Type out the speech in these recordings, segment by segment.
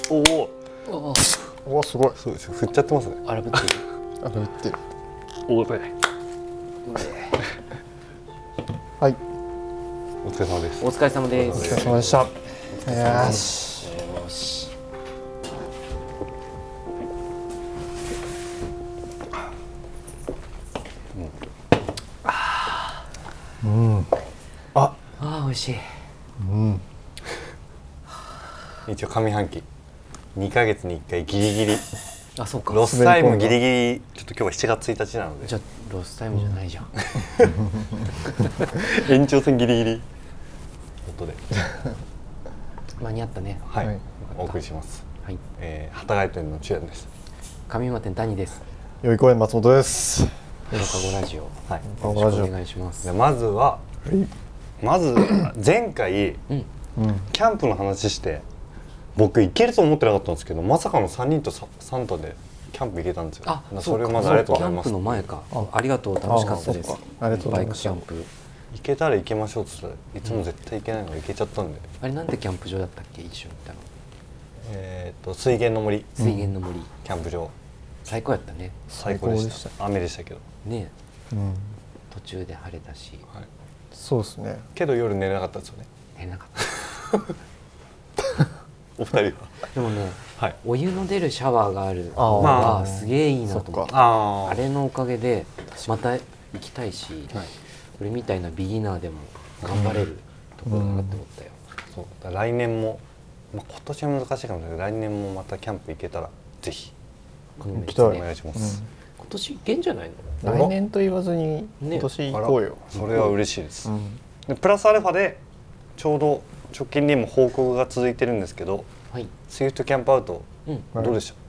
おおおすごい。 そうですよ。振っちゃってますね。 荒ぶってる。 あれってる。 おーはい。 お疲れ様です。 お疲れ様でお疲れす。 様でした。よよし。 し。 うん。あ、 ああ美味しい。 うん。 一応上半期2ヶ月に1回ギリギリあ、そうか。 ロスタイムギリギリちょっと今日は7月1日なのでじゃあロスタイムじゃないじゃん。 延長戦ギリギリことで間に合ったね。 はい、 はいお送りします。 はい。 働いてるの中也です。 上馬店谷です。 よい公園松本です。 ロカゴラジオ。 はい。 ロカゴラジオよろしくお願いします。 でまず前回うん。 うん。 キャンプの話して僕行けると思ってなかったんですけど、まさかの3人とサンタでキャンプ行けたんですよ。 あ、 それまずありがとうございます。 キャンプの前か。 あありがとう、楽しかったですあそうか。ありがとうございましたバイクキャンプ。 行けたら行けましょうって言ったらいつも絶対行けないのが行けちゃったんで、 あれなんてキャンプ場だったっけ、一緒に行ったの。 水源の森水源の森。 キャンプ場最高やったね。 最高でした。 最高で雨でしたけど、 ね、 うん。 途中で晴れたし、 はい、 そうですね。 けど夜寝れなかったですよね。 寝れなかっお二人はた。でもね、 はい。 お湯の出るシャワーがあるあーのがすげえいいなと思って。 ああれのおかげでまた行きたいし、 はい、 俺みたいなビギナーでも頑張れるところだなって思ったよ。 そうだから来年も、今年は難しいかもしれないけど来年もまたキャンプ行けたらぜひこのメン行きたいツねお願いします。 今年行けんじゃないの？ 来年と言わずに今年行こうよ。 それは嬉しいです。 うん。 でプラスアルファでちょうど直近にも報告が続いてるんですけど、 はい。 スイフトキャンプアウトうん。 はいどうでした？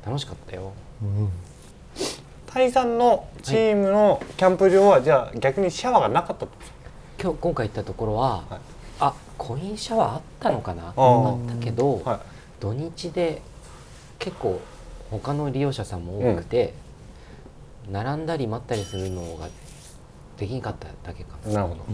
楽しかったよ。 うん。 タイさんのチームのキャンプ場はじゃあ逆にシャワーがなかったってこと？ 今回行ったところは、 はいあ、コインシャワーあったのかな？ ーあったけど、 はい。 土日で結構他の利用者さんも多くて、並んだり待ったりするのができんかっただけかも。 なるほど。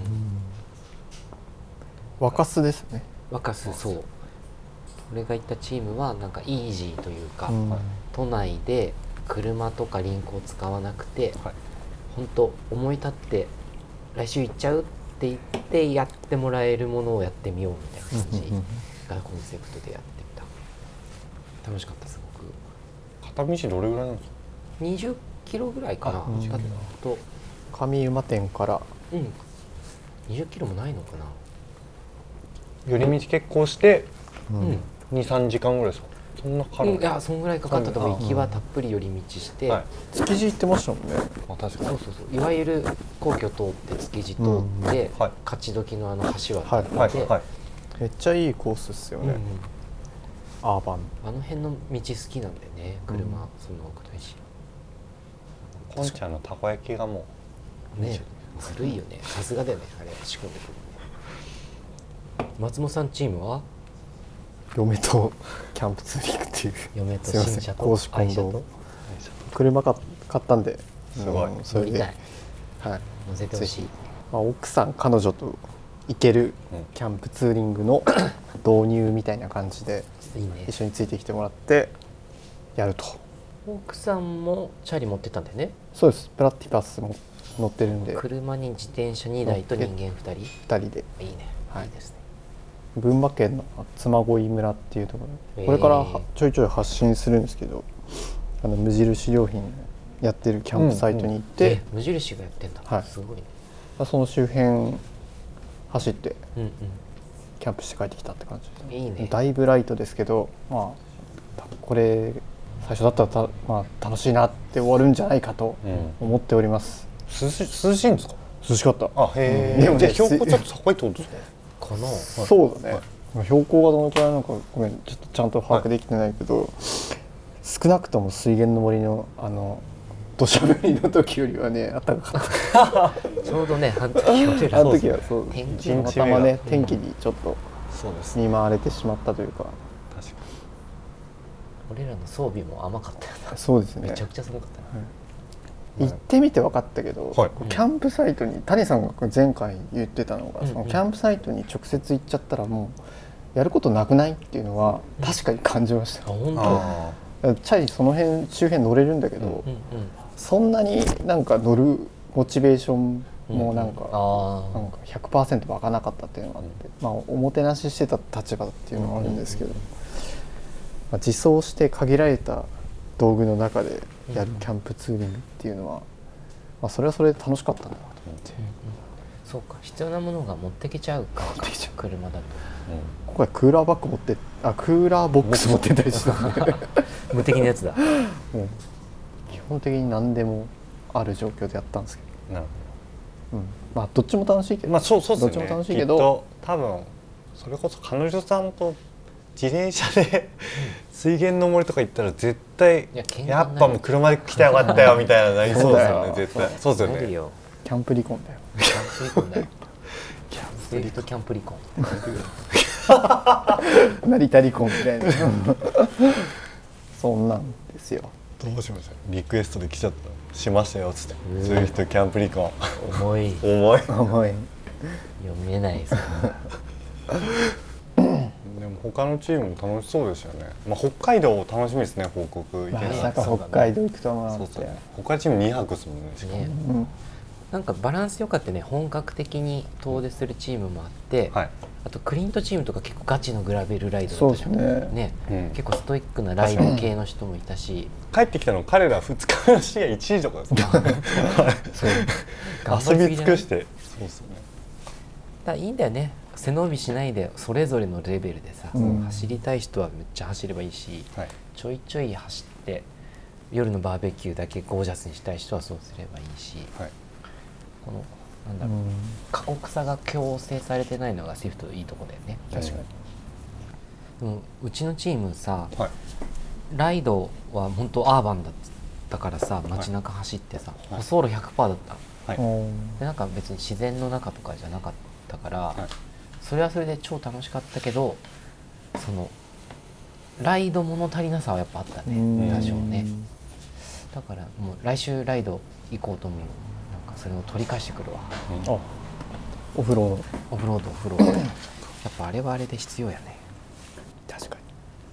若洲ですね。 若洲、そう俺が行ったチームはなんかイージーというか、 うん。 都内で車とかリンクを使わなくて、 はい。 本当思い立って来週行っちゃうって言ってやってもらえるものをやってみようみたいな感じがコンセプトでやってみた。楽しかった。すごく片道どれぐらいなんですか 20キロぐらいかな。 あうんだと上馬店から 20キロもないのかな。 寄り道結構してうん 2、3時間ぐらいですか？そんなかかるいや、そんぐらいかかったと思う。 うん行きはたっぷり寄り道して、 はい。 築地行ってましたもんね。 あ、確かに。 そうそうそう、いわゆる皇居通って築地通って、 うんはい勝ち時のあの橋渡はいって、 はいはい。 めっちゃいいコースですよね。 うんアーバン。 あの辺の道好きなんだよね。車、 うんそんな多くないしコンちゃんのたこ焼きがもうね。ずるいよね。さすがだよね、あれ仕込んでくるの。松本さんチームは嫁とキャンプツーリングっていう。 嫁とすいません。 新車と公私混愛車と同。車買ったんで。 すごいうんそれで。 乗りたい。 はい。 乗せてほしい。 まあ、奥さん彼女と行けるキャンプツーリングの導入みたいな感じでいいね一。緒についてきてもらってやると。 奥さんもチャリ持ってったんだよね。 そうです。プラティパスも乗ってるんで車に自転車2台と人間2人。 2人でいいね、 はいいいですね。 群馬県の嬬恋村っていうところへーこれからちょいちょい発信するんですけど、無印良品やってるキャンプサイトに行って、 無印がやってんだ。 はいすごいね。 その周辺走ってうんうん。 キャンプして帰ってきたって感じです。 いいね。 だいぶライトですけど、まあこれ最初だったらまあ、楽しいなって終わるんじゃないかとうん。 思っております。 涼しいんですか？ 涼しかった。 あ、へえ。 でもねじゃあ標高ちょっと高いってことですか？ このそうだね、標高がどのくらいなのかごめんちょっとちゃんと把握できてないけど、少なくとも水源の森の土砂降りの時よりはね暖かかっちょうどね、半月俺た。あらの時はそう天気たまたまね天気にちょっとそうです。 見舞われてしまったというか。 確か俺らの装備も甘かったよな。 そうですね。 めちゃくちゃ寒かったな。 行ってみて分かったけど、 はいキャンプサイトに谷さんが前回言ってたのが、 うんうんそのキャンプサイトに直接行っちゃったらもやることなくないっていうのは確かに感じました。 本あチャリその辺周辺乗れるんだけど、 当。 そんなになんか乗るモチベーションもなんか、 あなんか 100% 湧かなかったっていうのがあって、まあおもてなししてた立場っていうのがあるんですけど、まあ、自走して限られた道具の中でやるキャンプツーリングっていうのは、まあ、それはそれで楽しかったんだなと思って、 そうか、必要なものが持ってきちゃうからか、車だと。 今回クーラーバッグ持ってクーラーボックス持ってたりしてたんで無敵なやつだ。 もう基本的に何でもある状況でやったんですけなるど、まあどっちも楽しいけど、 ほど。まあそうですね。 どっちも楽しいけどきっと多分それこそ彼女さんと自転車で水源の森とか行ったら絶対いや喧嘩になるやっぱもう車で来てよかったよみたいななりそうですよね。絶対そうですよね。 なるよ。 キャンプ離婚だよ。 キャンプリコンだよ。スイフトキャンプリコン。 成田離婚みたいなそんなんですよ。 どうしました。リクエストで来ちゃったしましたよっつって。そういう人キャンプ離婚。 重い。 重い。 甘い。 読めないです。 でも他のチームも楽しそうですよね。まあ北海道楽しみですね。報告行けまない。 さか北海道行くと思わなくてそうそう。他チーム2泊ですもんね。しかもね、なんかバランスよかってね、本格的に遠出するチームもあって、 はい。 あとクリントチームとか結構ガチのグラベルライドだったじゃん。 そうですね結構ストイックなライド系の人もいたし、 帰ってきたの彼ら2日目の試合1時とかですね。 そう遊び尽くして。そうですよね。 だからいいんだよね。背伸びしないでそれぞれのレベルでさ、 うん走りたい人はめっちゃ走ればいいし、 はい。 ちょいちょい走って夜のバーベキューだけゴージャスにしたい人はそうすればいいし、 はい。 このなんだろう、過酷さが強制されてないのがスイフトのいいとこだよね。 確かに。 でもうちのチームさ、 はい。 ライドは本当アーバンだったからさ、街中走ってさ、 はい舗装路 100% だったの。 はい。 でなんか別に自然の中とかじゃなかったから、 はい。 それはそれで超楽しかったけど、そのライド物足りなさはやっぱあったね、多少ね。だからもう来週ライド行こうと思うよ。なんかそれを取り返してくるわ。 あ、オフロード。 オフロードやっぱあれはあれで必要やね。 確かに。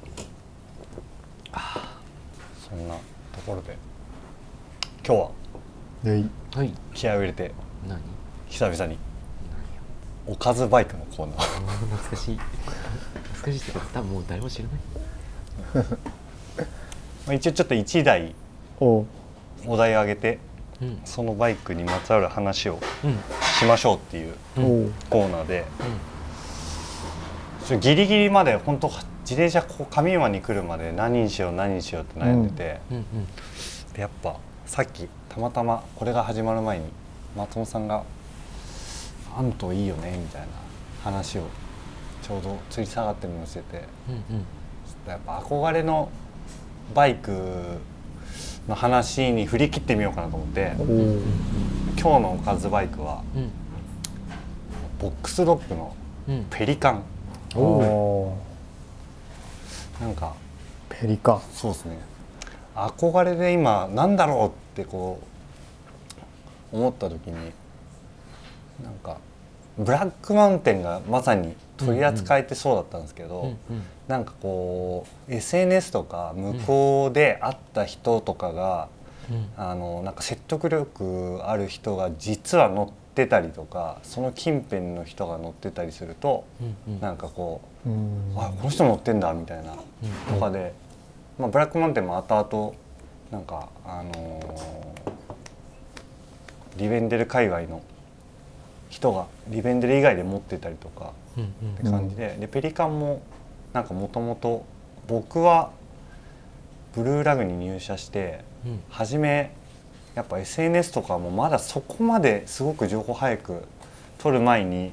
そんなところで今日ははい。 気合を入れて何？ 久々に何や？ おかずバイクのコーナー。 懐かしい。懐かしいって多分もう誰も知らない。 まあ一応ちょっと1台おお題を挙げてうんそのバイクにまつわる話をうんしましょうっていうおコーナーで、ギリギリまで本当自転車こう上山に来るまで何にしよう何にしようって悩んでて、 うんうんでやっぱさっきたまたまこれが始まる前に松本さんが「あんといいよね」みたいな話をちょうど吊り下がってるのをしてて、 うんやっぱ憧れのバイクの話に振り切ってみようかなと思ってお今日のおかずバイクはうんボックスドッグのうんペリカン。 おなんかペリカン。 そうですね、憧れで今なんだろうってこう思った時になんかブラックマウンテンがまさに取り扱えてそうだったんですけど、 うんうんなんかこう SNS とか向こうで会った人とかが、なんか説得力ある人が実は乗ってたりとかその近辺の人が乗ってたりすると、なんかこうあこの人乗ってんだみたいなとかで、まあ、ブラックマウンテンも後々なんかリベンデル界隈の人がリベンデル以外で持ってたりとかって感じで、でペリカンもなんかもともと僕はブルーラグに入社して初めやっぱ SNS とかもまだそこまですごく情報早く取る前に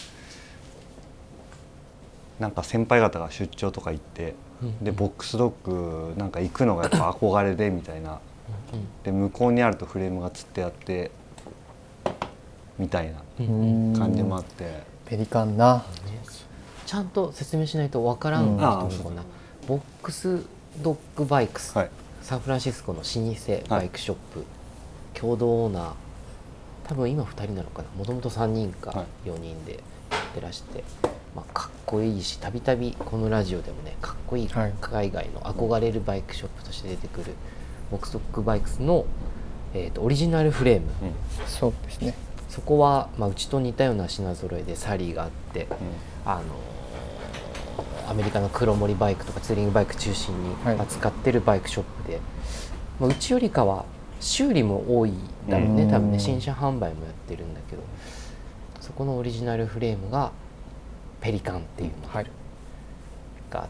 なんか先輩方が出張とか行ってでボックスドッグなんか行くのがやっぱ憧れでみたいなで向こうにあるとフレームがつってあってみたいな感じもあってペリカンな。 ちゃんと説明しないとわからん人もいるかな。ボックスドッグバイクス、 はいサンフランシスコの老舗バイクショップ、共同オーナー、多分今2人なのかな、もともと3人か4人でやってらして、 まあ、かっこいいしたびたびこのラジオでもねかっこいい海外の憧れるバイクショップとして出てくるボックスドッグバイクスの、オリジナルフレーム、 そうですね。 そこは、まあ、うちと似たような品揃えでサリーがあって、アメリカの黒森バイクとかツーリングバイク中心に扱ってるバイクショップで、まあ、うちよりかは修理も多いだろうね、多分ね新車販売もやってるんだけど、そこのオリジナルフレームがペリカンっていうのがあって、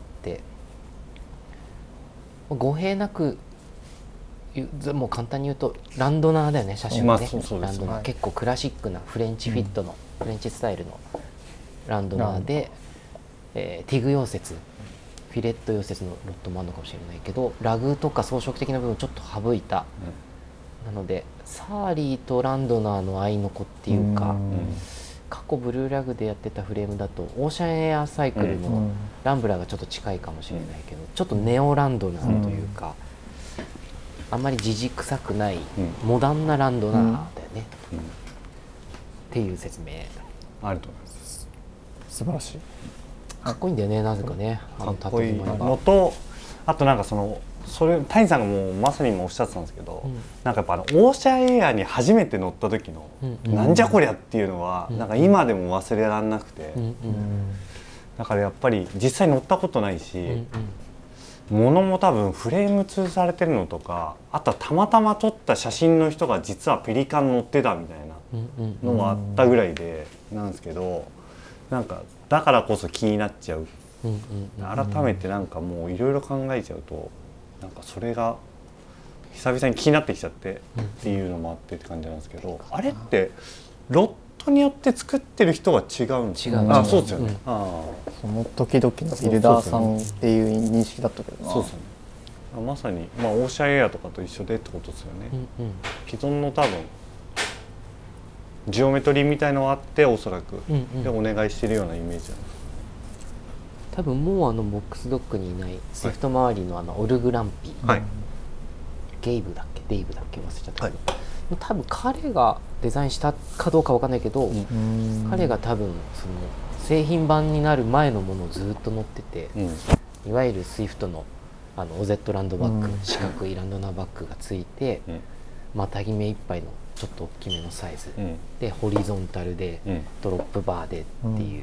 語弊なくもう簡単に言うとランドナーだよね、車種がね、ランドナー、結構クラシックなフレンチフィットの、フレンチスタイルのランドナーで、ティグ溶接、フィレット溶接のロッドもあるのかもしれないけど、ラグとか装飾的な部分をちょっと省いた、なのでサーリーとランドナーの合いの子っていうか、過去ブルーラグでやってたフレームだとオーシャンエアサイクルのランブラーがちょっと近いかもしれないけど、ちょっとネオランドナーというか、あんまりじじくさくないモダンなランドナーだよね、っていう説明。 あると思います。 素晴らしい。 かっこいいんだよね、なぜかね。 かっこいいのと、あとなんかそれ谷さんがもうまさに今おっしゃってたんですけど、なんかやっぱオーシャンエアに初めて乗った時の、なんじゃこりゃっていうのは、なんか今でも忘れられなくて、だからやっぱり実際乗ったことないし、物も多分フレーム通されてるのとか、あとはたまたま撮った写真の人が実はペリカン乗ってたみたいなのもあったぐらいでなんですけど、なんかだからこそ気になっちゃう。改めてなんかもういろいろ考えちゃうと、なんかそれが久々に気になってきちゃってっていうのもあってって感じなんですけど、あれってロットによって作ってる人が違うんですか？あ、そうですよね。 その時々のビルダーさんっていう認識だったけどな。 そうですよね。まさに、まあ、オーシャンエアとかと一緒でってことですよね。既存の多分ジオメトリーみたいのがあって、おそらく、でお願いしてるようなイメージなんです。 多分もうボックスドッグにいないスイフト周りのオルグランピ、ゲイブだっけデイブだっけ忘れちゃったけど、多分彼がデザインしたかどうかわかんないけど、彼が多分その製品版になる前のものをずっと乗ってて、いわゆるスイフトのOZ ランドバッグ、四角いランドナーバッグがついて、またぎ目いっぱいのちょっと大きめのサイズ、でホリゾンタルで、ドロップバーでっていう、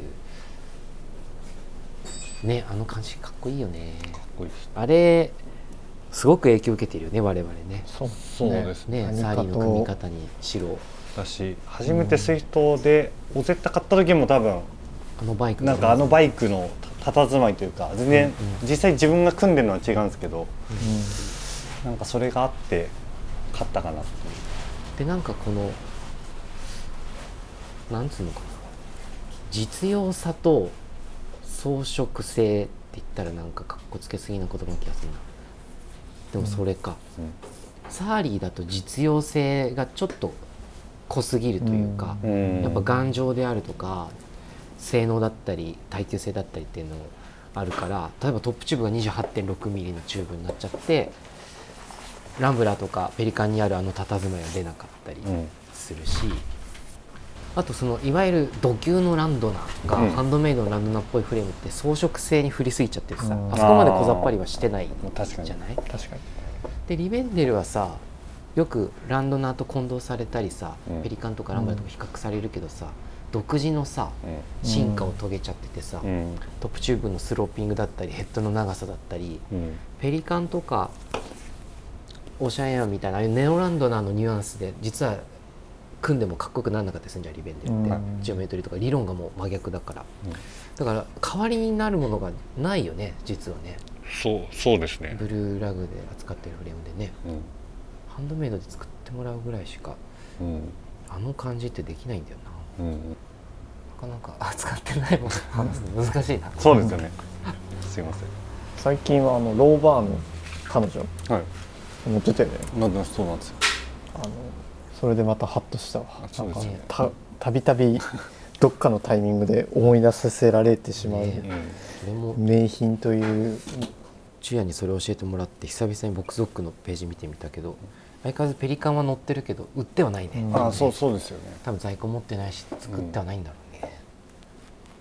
ね、あの感じかっこいいよね。かっこいいです。あれすごく影響を受けてるよね、我々ね。 そうですね。 サーリーの組み方にしろだし、初めてスイフトでOZ買った時も多分なんかバイクの佇まいというか、全然実際自分が組んでるのは違うんですけど、なんかそれがあって買ったかなっていう。 でなんかこのなんつうのかな、実用さと装飾性って言ったらなんかかっこつけすぎな言葉な気がするな。でもそれか、サーリーだと実用性がちょっと濃すぎるというか、やっぱ頑丈であるとか性能だったり耐久性だったりっていうのもあるから、例えばトップチューブが 28.6mm のチューブになっちゃって、ランブラーとかペリカンにある佇まいは出なかったりするし、あとそのいわゆる土級のランドナーとか、ハンドメイドのランドナーっぽいフレームって装飾性に振りすぎちゃっててさ、あそこまで小ざっぱりはしてないじゃない。 確かに。 でリベンデルはさ、よくランドナーと混同されたりさ、ペリカンとかランブラーとか比較されるけどさ、独自のさ進化を遂げちゃっててさ、トップチューブのスローピングだったりヘッドの長さだったり、ペリカンとかオーシャンエアみたいなああいうネオランドナーのニュアンスで実は組んでもかっこよくならなかったりするんじゃん、リベンデルって。ジオメトリーとか理論がもう真逆だから、だから代わりになるものがないよね、実はね。 そうですね。 ブルーラグで扱ってるフレームでね、ハンドメイドで作ってもらうぐらいしか、あの感じってできないんだよな。なかなか扱ってないもの話すの難しいな。 そうですよね。すいません。 最近はローバーの彼女乗ってたよね。 そうなんですよ。 それでまたハッとしたわ。なんかたびたびどっかのタイミングで思い出させられてしまう名品という。 チュヤにそれを教えてもらって久々にボックスドッグのページ見てみたけど、相変わらずペリカンは載ってるけど売ってはないね。 そうですよね。 多分在庫持ってないし作ってはないんだろうね。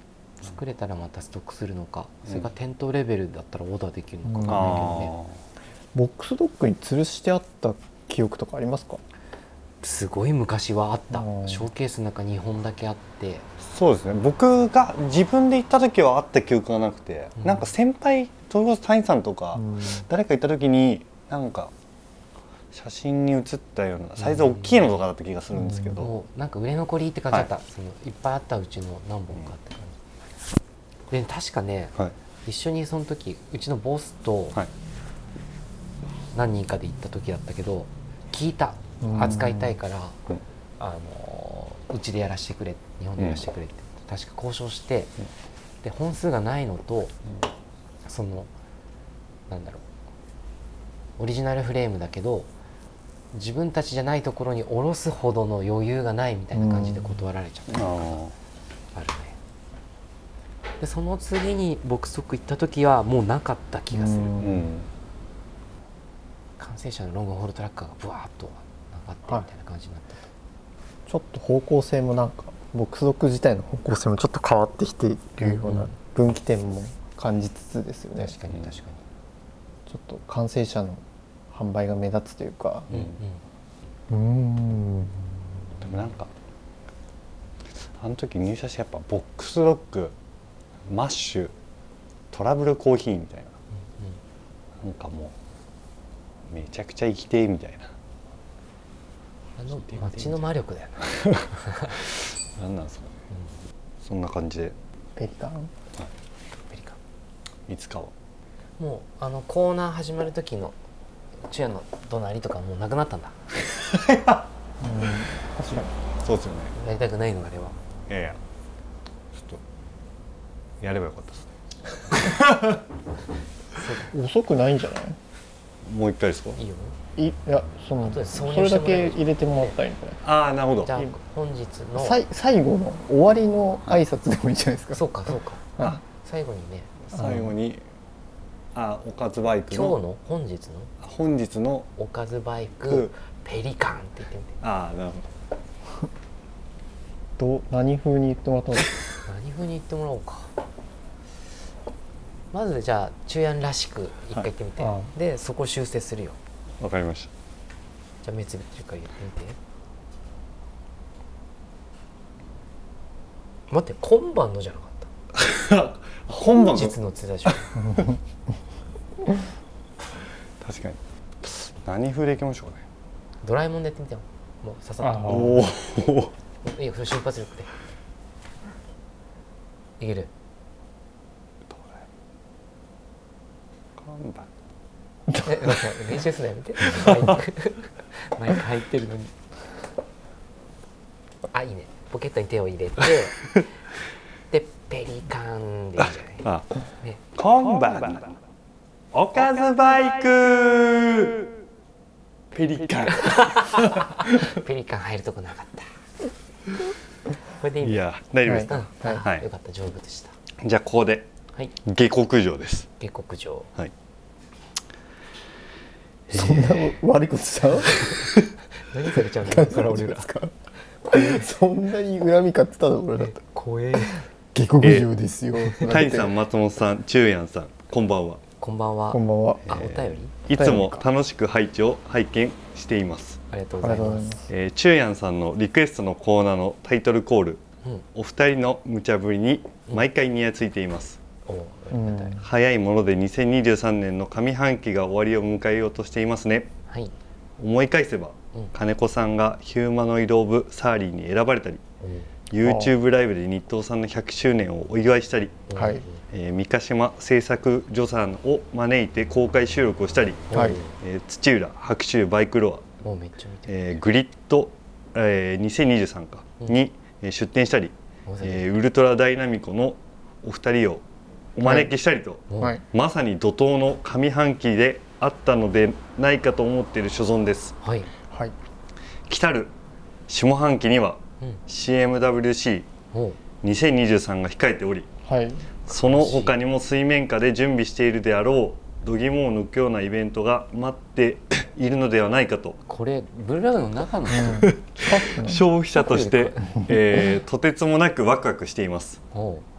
作れたらまたストックするのか、それが店頭レベルだったらオーダーできるのか分かんないけどね、 ボックスドッグに吊るしてあった記憶とかありますか？ すごい昔はあった。 うんショーケースの中2本だけあって、 そうですね、僕が自分で行った時はあった記憶がなくて、 うんなんか先輩それこそ谷さんとか、誰か行った時になんか写真に写ったようなサイズ大きいのとかだった気がするんですけど、 もうなんか売れ残りって感じだった、そのいっぱいあったうちの何本かって感じ、で確かね、 はい一緒にその時うちのボスとはい何人かで行った時だったけど、聞いた、扱いたいから、うちでやらせてくれ、日本でやらせてくれって、確か交渉して、で本数がないのと、そのなんだろう、オリジナルフレームだけど自分たちじゃないところに下ろすほどの余裕がないみたいな感じで断られちゃったのがあるね。でその次にボックスドッグ行った時はもうなかった気がする。完成車のロングホールトラッカーがブワーッと上がってみたいな感じになってた、 ちょっと方向性もなんかボックスドッグ自体の方向性もちょっと変わってきているような分岐点も感じつつですよね。 確かに確かに、 ちょっと完成車の販売が目立つというか、 でもなんかあの時入社してやっぱボックスドッグ、マッシュ、トラブルコーヒーみたいな、なんかもうめちゃくちゃ生きてえみたいな、 あの街の魔力だよねなんなんですかね、そんな感じでペリカンペリカいつかはンもうコーナー始まる時のチュアの怒鳴りとかもうなくなったんだ。 確かそうですよね。 やりたくないのあれは。 いやいやちょっとやればよかったですね。 に遅くないんじゃない？ もう一回ですか？ いいよ。 いやその後でそ挿入れだけしてもらえばいい入れてもらったらいいんじゃない？ ああなるほど。 じゃあ本日の最後の終わりの挨拶でもいいんじゃないですか？ そうかそうか、 あ最後にね、 最後におかずバイク今日のの本日のおかずバイクペリカンって言ってみて。 ああなるほ何風に言ってもらったの？ 何風に言ってもらおうか。まずじゃあ中やんらしく一回言ってみて、 はいでそこを修正するよ。 どわかりましじゃあ目つぶってるから言ってみて。待って、今晩のじゃなかった。 本番本日のって言ってたでし確かに何風でいきましょうね。 ょ。ドラえもんでやってみてよ。もうささっと。 おおいいよ、それ瞬発力でいける。 看板練習するのやめて。マイク入ってるのに。あ、いいね。ポケットに手を入れてでペリカンでいいんじゃない？ね、 今晩おかずバイクペリカンペリカン入るとこなかった。これでいいね。 いや大丈夫ですか？ はい、よかった、上手でした。 じゃあここではい、 下克上です。 下克上。 はい。 そんな悪いことしちゃう？ 何されちゃうんだろうから俺ら。 そんなに恨み買ってたの俺だった。 怖え。 下克上ですよ。 谷さん、松本さん、中やんさん、こんばんは。 こんばんは。 こんばんは。 あ、お便り。 いつも楽しく配置を拝見しています。 ありがとうございます。 中やんさんのリクエストのコーナーのタイトルコール、 うん、 お二人の無茶ぶりに毎回ニヤついています。 お、ありがたい。 早いもので2023年の上半期が終わりを迎えようとしていますね。 はい。 思い返せば、金子さんがヒューマノイド・オブ・サーリーに選ばれたり、YouTube ライブで日東さんの100周年をお祝いしたり、 はい。 三ヶ島製作所さんを招いて公開収録をしたり、 はい。 土浦白州バイクロもうめっちゃ見てる。 ア、グリッド、2023かに出展したり、ウルトラダイナミコのお二人をお招きしたりと、 はい。 まさに怒涛の上半期であったのでないかと思っている所存です。 はい。 はい。 来たる下半期には CMWC2023 が控えており、 はい。 その他にも水面下で準備しているであろう度肝を抜くようなイベントが待っているのではないかと、 これブルーラグの中の人。 消費者として、とてつもなくワクワクしています。 おう。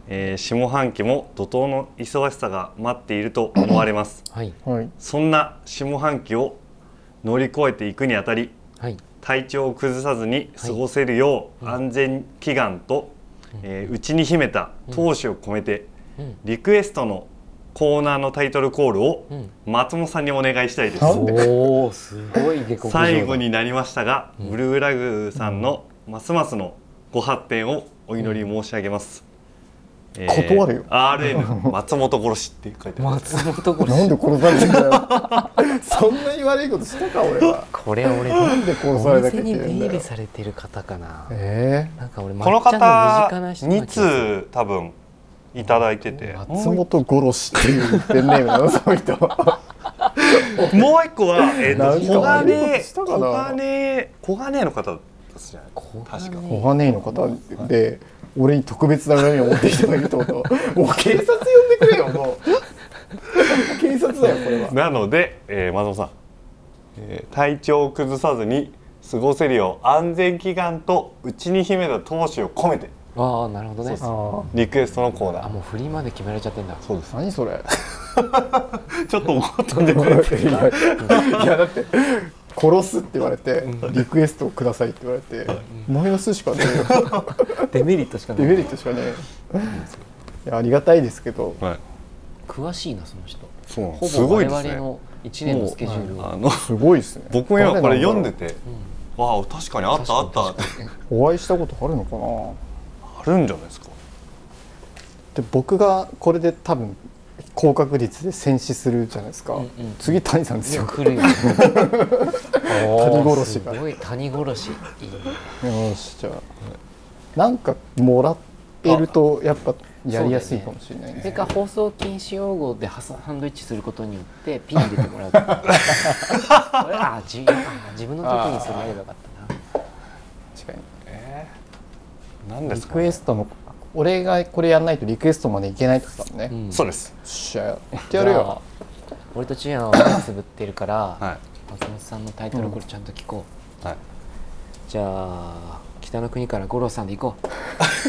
下半期も怒涛の忙しさが待っていると思われます、 はいはい。 そんな下半期を乗り越えていくにあたり、 はい体調を崩さずに過ごせるよう安全祈願と、内に秘めた闘志を込めて、リクエストのコーナーのタイトルコールを松本さんにお願いしたいです。 おお、すごい下克上だ。 最後になりましたが、ブルーラグさんのますますのご発展をお祈り申し上げます。 断るよ。 RN 松本殺しって書いてある。 松本殺し。 なんで殺されてんだよ。そんなに悪いことしたか俺は。 これ俺なんで殺されなきゃいけないんだよ。 お店に出入りされてる方かな。なんか俺この抹茶の身近方な人な 2 気がする。 通多分いただいてて、 松本殺しっていうペンネームなのその人。 もう一個はなんか悪いことしたかな。 小金の方ですじゃない。確か。 小金井の方で俺に特別な恨みを持ってる人がいるってこと。もう警察呼んでくれよもう。警察だよこれは。 なので、松本さん、体調を崩さずに過ごせるよう安全祈願と内に秘めた闘志を込めてああ、なるほどね。 リクエストのコーナー。 もう振りまで決められちゃってんだ。 そうです。 何それ。 ちょっと怒ったんでくれて。 いやだって殺すって言われてリクエストをくださいって言われてマイナスしかねえよ。 デメリットしかない。 デメリットしかねえ。いやありがたいですけど。 はい。 詳しいなその人。 そう。 ほすぼ我々 ごいですね。 の1年のスケジュールを。 すごいですね。 僕も今これ読んでて、わあ確かにあったあったってお会いしたことあるのかな。 あるんじゃないですか。 で僕がこれで多分高確率で戦死するじゃないですか。次谷さんですよ。 来るよ。 谷殺しが。 すごい谷殺し。いいね。 よしじゃあなんかもらえるとやっぱやりやすいかもしれないね。 それか放送禁止用語でサンドイッチすることによってピン入れてもらうとか。自分の時にそれやればよかったな。 確かに。 何ですか。 リクエストの俺がこれやんないとリクエストまでいけないってことだもんね。 そうです。 よっしゃやってやるよ。 俺とチアは目つぶってるから、 はい。 松本さんのタイトルこれちゃんと聞こう。 はい。 じゃあ北の国から五郎さんで行こう。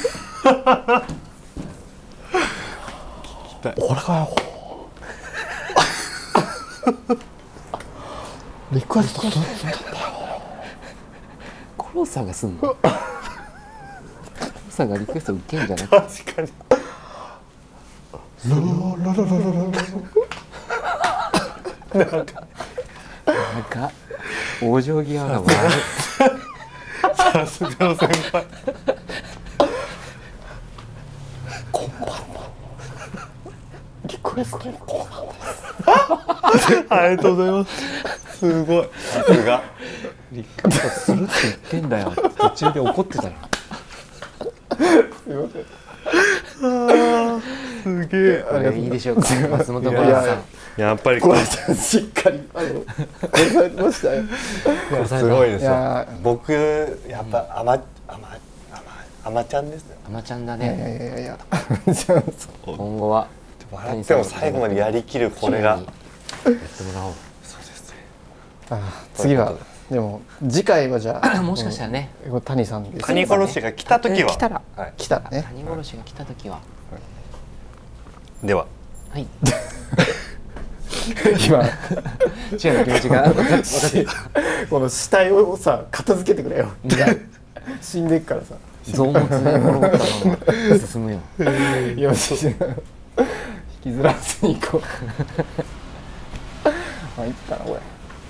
俺がよ。リクエストどうしたんだよ。 五郎さんがすんの。五郎さんがリクエスト受けんじゃなくて。 確かに。 なんか往生際が悪い。 さすがの先輩。 リクエストのコーナーです。 ありがとうございます。すごい。さすが。 リクエストするって言ってんだよ。途中で怒ってたよ。 すいません。 すげえ。 いいでしょうか。松本五郎さん。 やっぱりこれちゃんしっかり殺されてましたよ。 すごいですよいや。 僕やっぱあまちゃんですよ。 あまちゃんだいね。 や今後は笑っても最後までやりきるこれが。 やってもらおう。 そうですね。 次はでも次回はじゃあもしかしたらね。 谷さんです。 谷殺しが来た時は。 来たら。 はい。 来たらね。 谷殺しが来た時は。 では。 はい。 今チアの気持ちが分かってこの死体をさ片付けてくれよ。死んでっからさ。 臓物で転がったまま進むよ。 よし。引きずらずに行こう。まあいいかなこれ。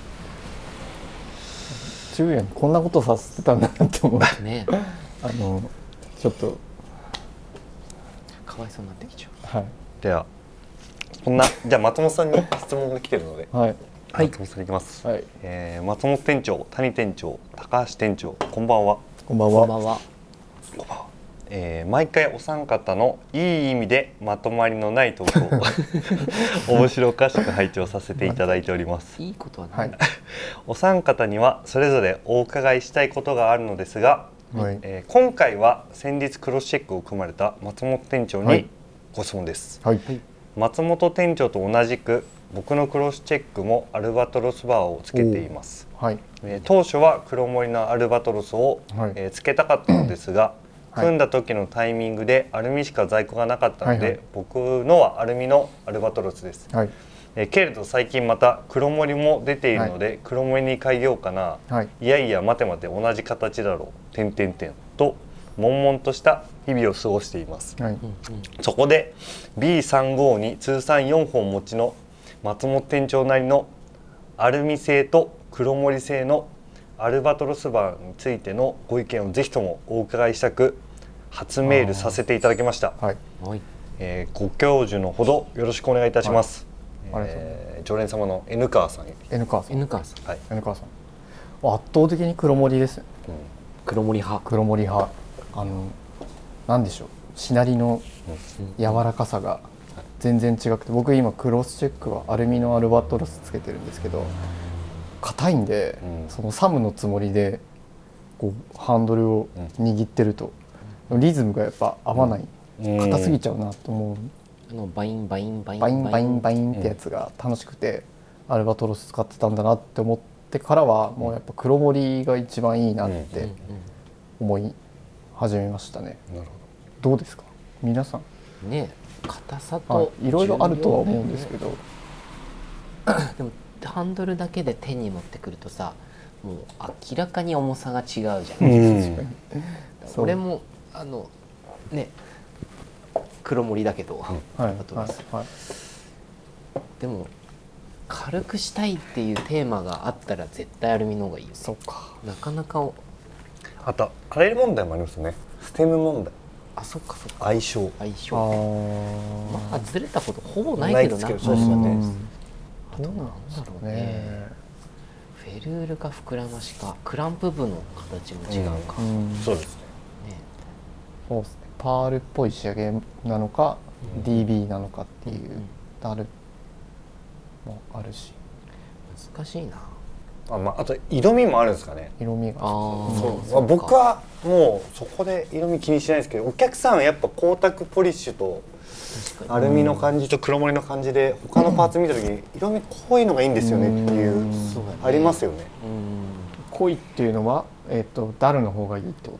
昼夜にこんなことさせてたんだなって思う。 ね。 ちょっとかわいそうになってきちゃう。 はい。 ではこんなじゃあ松本さんに質問が来てるので。 はい。 松本さんいきます。 はい。 松本店長、谷店長、高橋店長、こんばんは。 こんばんは。 こんばんは。 こんばんは。毎回お三方のいい意味でまとまりのないトークを面白おかしく拝聴させていただいております。 いいことはない。 お三方にはそれぞれお伺いしたいことがあるのですが、 はい。 今回は先日クロスチェックを組まれた松本店長にはいご質問です。 はい。 松本店長と同じく僕のクロスチェックもアルバトロスバーをつけています。 はい。 当初は黒森のアルバトロスを、 はいつけたかったのですが、 はい組んだ時のタイミングでアルミしか在庫がなかったので、 はいはい、 僕のはアルミのアルバトロスです、 はいけれど最近また黒森も出ているので、黒森に変えようかな、いやいや待て待て同じ形だろうと悶々とした日々を過ごしています、そこで B35 に通算4本持ちの松本店長なりのアルミ製と黒森製のアルバトロスバーについてのご意見をぜひともお伺いしたく初メールさせていただきました、ご教授のほどよろしくお願いいたします、常連様の N 川さん、 N 川さん、 N 川さん、 はい、N 川さん圧倒的に黒森ですね、 黒森派、 黒森派、なんでしょう、しなりの柔らかさが全然違くて、僕今クロスチェックはアルミのアルバトロスつけてるんですけど、硬いんで、そのサムのつもりでこうハンドルを握ってると、リズムがやっぱ合わない、硬すぎちゃうなと思う、 バインバインバインバインバインバインってやつが楽しくて、アルバトロス使ってたんだなって思ってからは、もうやっぱ黒森が一番いいなって思い始めましたね。どうですか皆さんね。硬さといろいろあるとは思うんですけど、 でもハンドルだけで手に持ってくるとさ、もう明らかに重さが違うじゃん、俺もね黒森だけど、でも軽くしたいっていうテーマがあったら絶対アルミの方がいいよね。 そうか。 なかなかあとあれ問題もありますね。ステム問題。 あ、そっかそっか。 相性。 まあずれたことほぼないけどな。 そうですよね。 あとなんだろうね。フェルールか膨らましか、クランプ部の形も違うか。 そうですね。 そうですね。パールっぽい仕上げなのか、DB なのかっていうダルもあるし。 難しいな。 あと色味もあるんですかね。 色味が。 そう僕はもうそこで色味気にしないですけど、お客さんはやっぱ光沢ポリッシュとアルミの感じと黒森の感じで他のパーツ見た時に色味濃いのがいいんですよねっていうありますよね。 濃いっていうのはダルの方がいいってこと？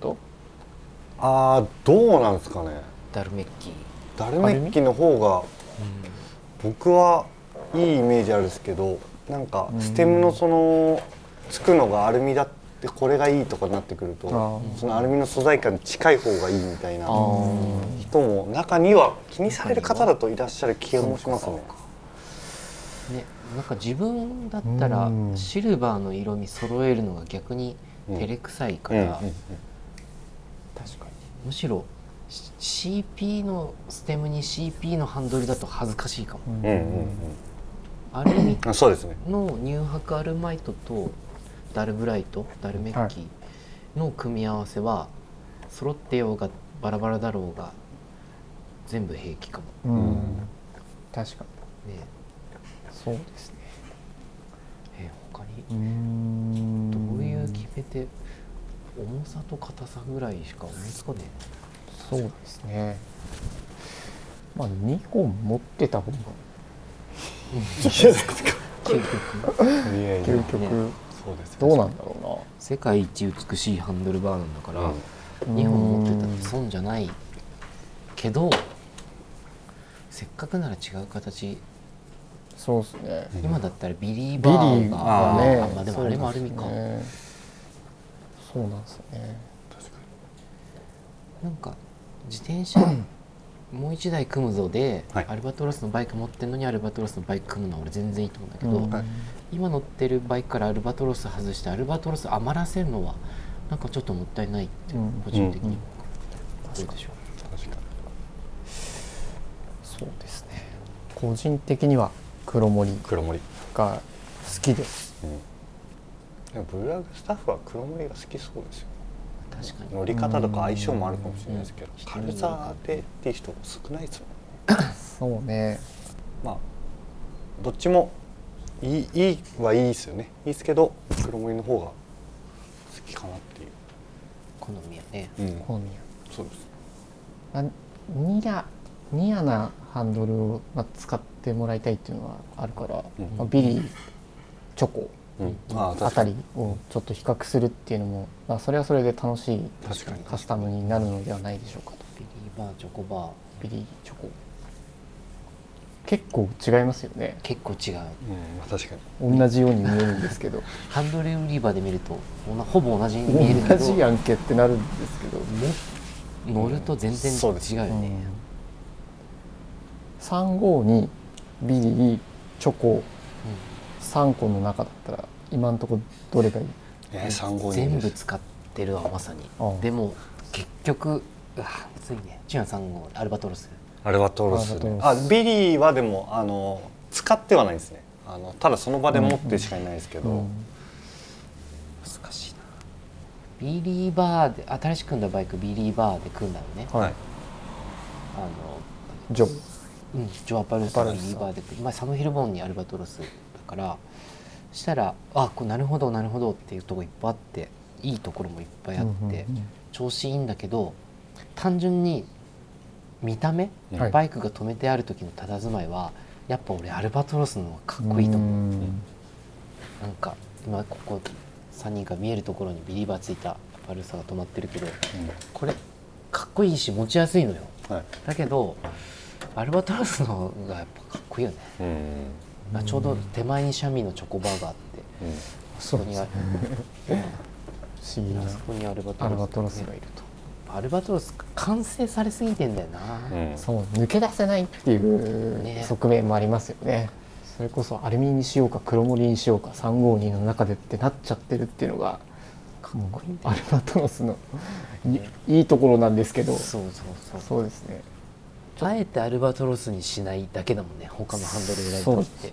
どうなんですかね。 ダルメッキ。 ダルメッキの方が僕はいいイメージあるんですけど、なんかステムのそのつくのがアルミだってこれがいいとかになってくると、そのアルミの素材感に近い方がいいみたいな人も中には気にされる方だといらっしゃる気もしますね。 なんか自分だったらシルバーの色味揃えるのが逆に照れくさいから、確かにむしろ CP のステムに CP のハンドルだと恥ずかしいかも。アルミの乳白アルマイトとダルブライト、ダルメッキの組み合わせは揃ってようがバラバラだろうが全部平気かも。 確かに。そうですね。 他にどういう決めて、重さと硬さぐらいしか思いつかねえ。そうですね。まあ2本持ってた方が究極どうなんだろうな。 世界一美しいハンドルバーなんだから、2本持ってたって損じゃないけど、せっかくなら違う形。 そうですね。 今だったらビリーバーがでもあれもアルミか。 そうなんですよね。 確かに。なんか自転車もう1台組むぞで、アルバトロスのバイク持ってんのにアルバトロスのバイク組むのは俺全然いいと思うんだけど、今乗ってるバイクからアルバトロス外してアルバトロス余らせるのはなんかちょっともったいないって個人的にどうでしょう。 確かにそうですね。個人的には黒森が好きです。 でもブルーラグスタッフは黒森が好きそうですよ。 確かに乗り方とか相性もあるかもしれないですけど、軽さでっていう人少ないですもんね。 そうね。 まあどっちもいいはいいですよね。いいですけど黒森の方が好きかなっていう。 好みやね。 好みや。 そうです。 ニアなハンドルを使ってもらいたいっていうのはあるから、ビリーチョコあたりをちょっと比較するっていうのも、まあ、それはそれで楽しい確かにカスタムになるのではないでしょうかと。 ビリーバーチョコバービリーチョコ結構違いますよね。 結構違う。 確かに同じように見えるんですけどハンドル売り場で見るとほぼ同じに見えるけど、 同じやんけってなるんですけど、 乗ると全然違うよね。 352ビリーチョコ3個の中だったら今のところどれがいい ？352 全部使ってるわまさに。でも結局むずいね。チュアン35アルバトロス。 アルバトロスね。ビリーはでも使ってはないですね。ただその場で持ってしかいないですけど、 難しいな。ビリーバーで新しく組んだバイクビリーバーで組んだのね。 はい。 ジョアパルスビリーバーでサノヒルボーンにアルバトロスだからしたらなるほどなるほどっていうところいっぱいあっていいところもいっぱいあって、調子いいんだけど単純に見た目、バイクが止めてある時の佇まいはやっぱ俺アルバトロスの方がかっこいいと思う。なんか今ここ3人が見えるところにビリーバーついたアパルサが止まってるけど、これかっこいいし持ちやすいのよ、だけどアルバトロスの方がやっぱかっこいいよね。ちょうど手前にシャミのチョコバーがあって、そこにあそこにアルバトロスがいると。アルバトロス完成されすぎてんだよな、 そう抜け出せないっていう側面もありますよね。それこそアルミにしようか黒森にしようか352の中でってなっちゃってるっていうのがかっこいいアルバトロスのいいところなんですけど、そうですね。 あえてアルバトロスにしないだけだもんね、他のハンドル選びとって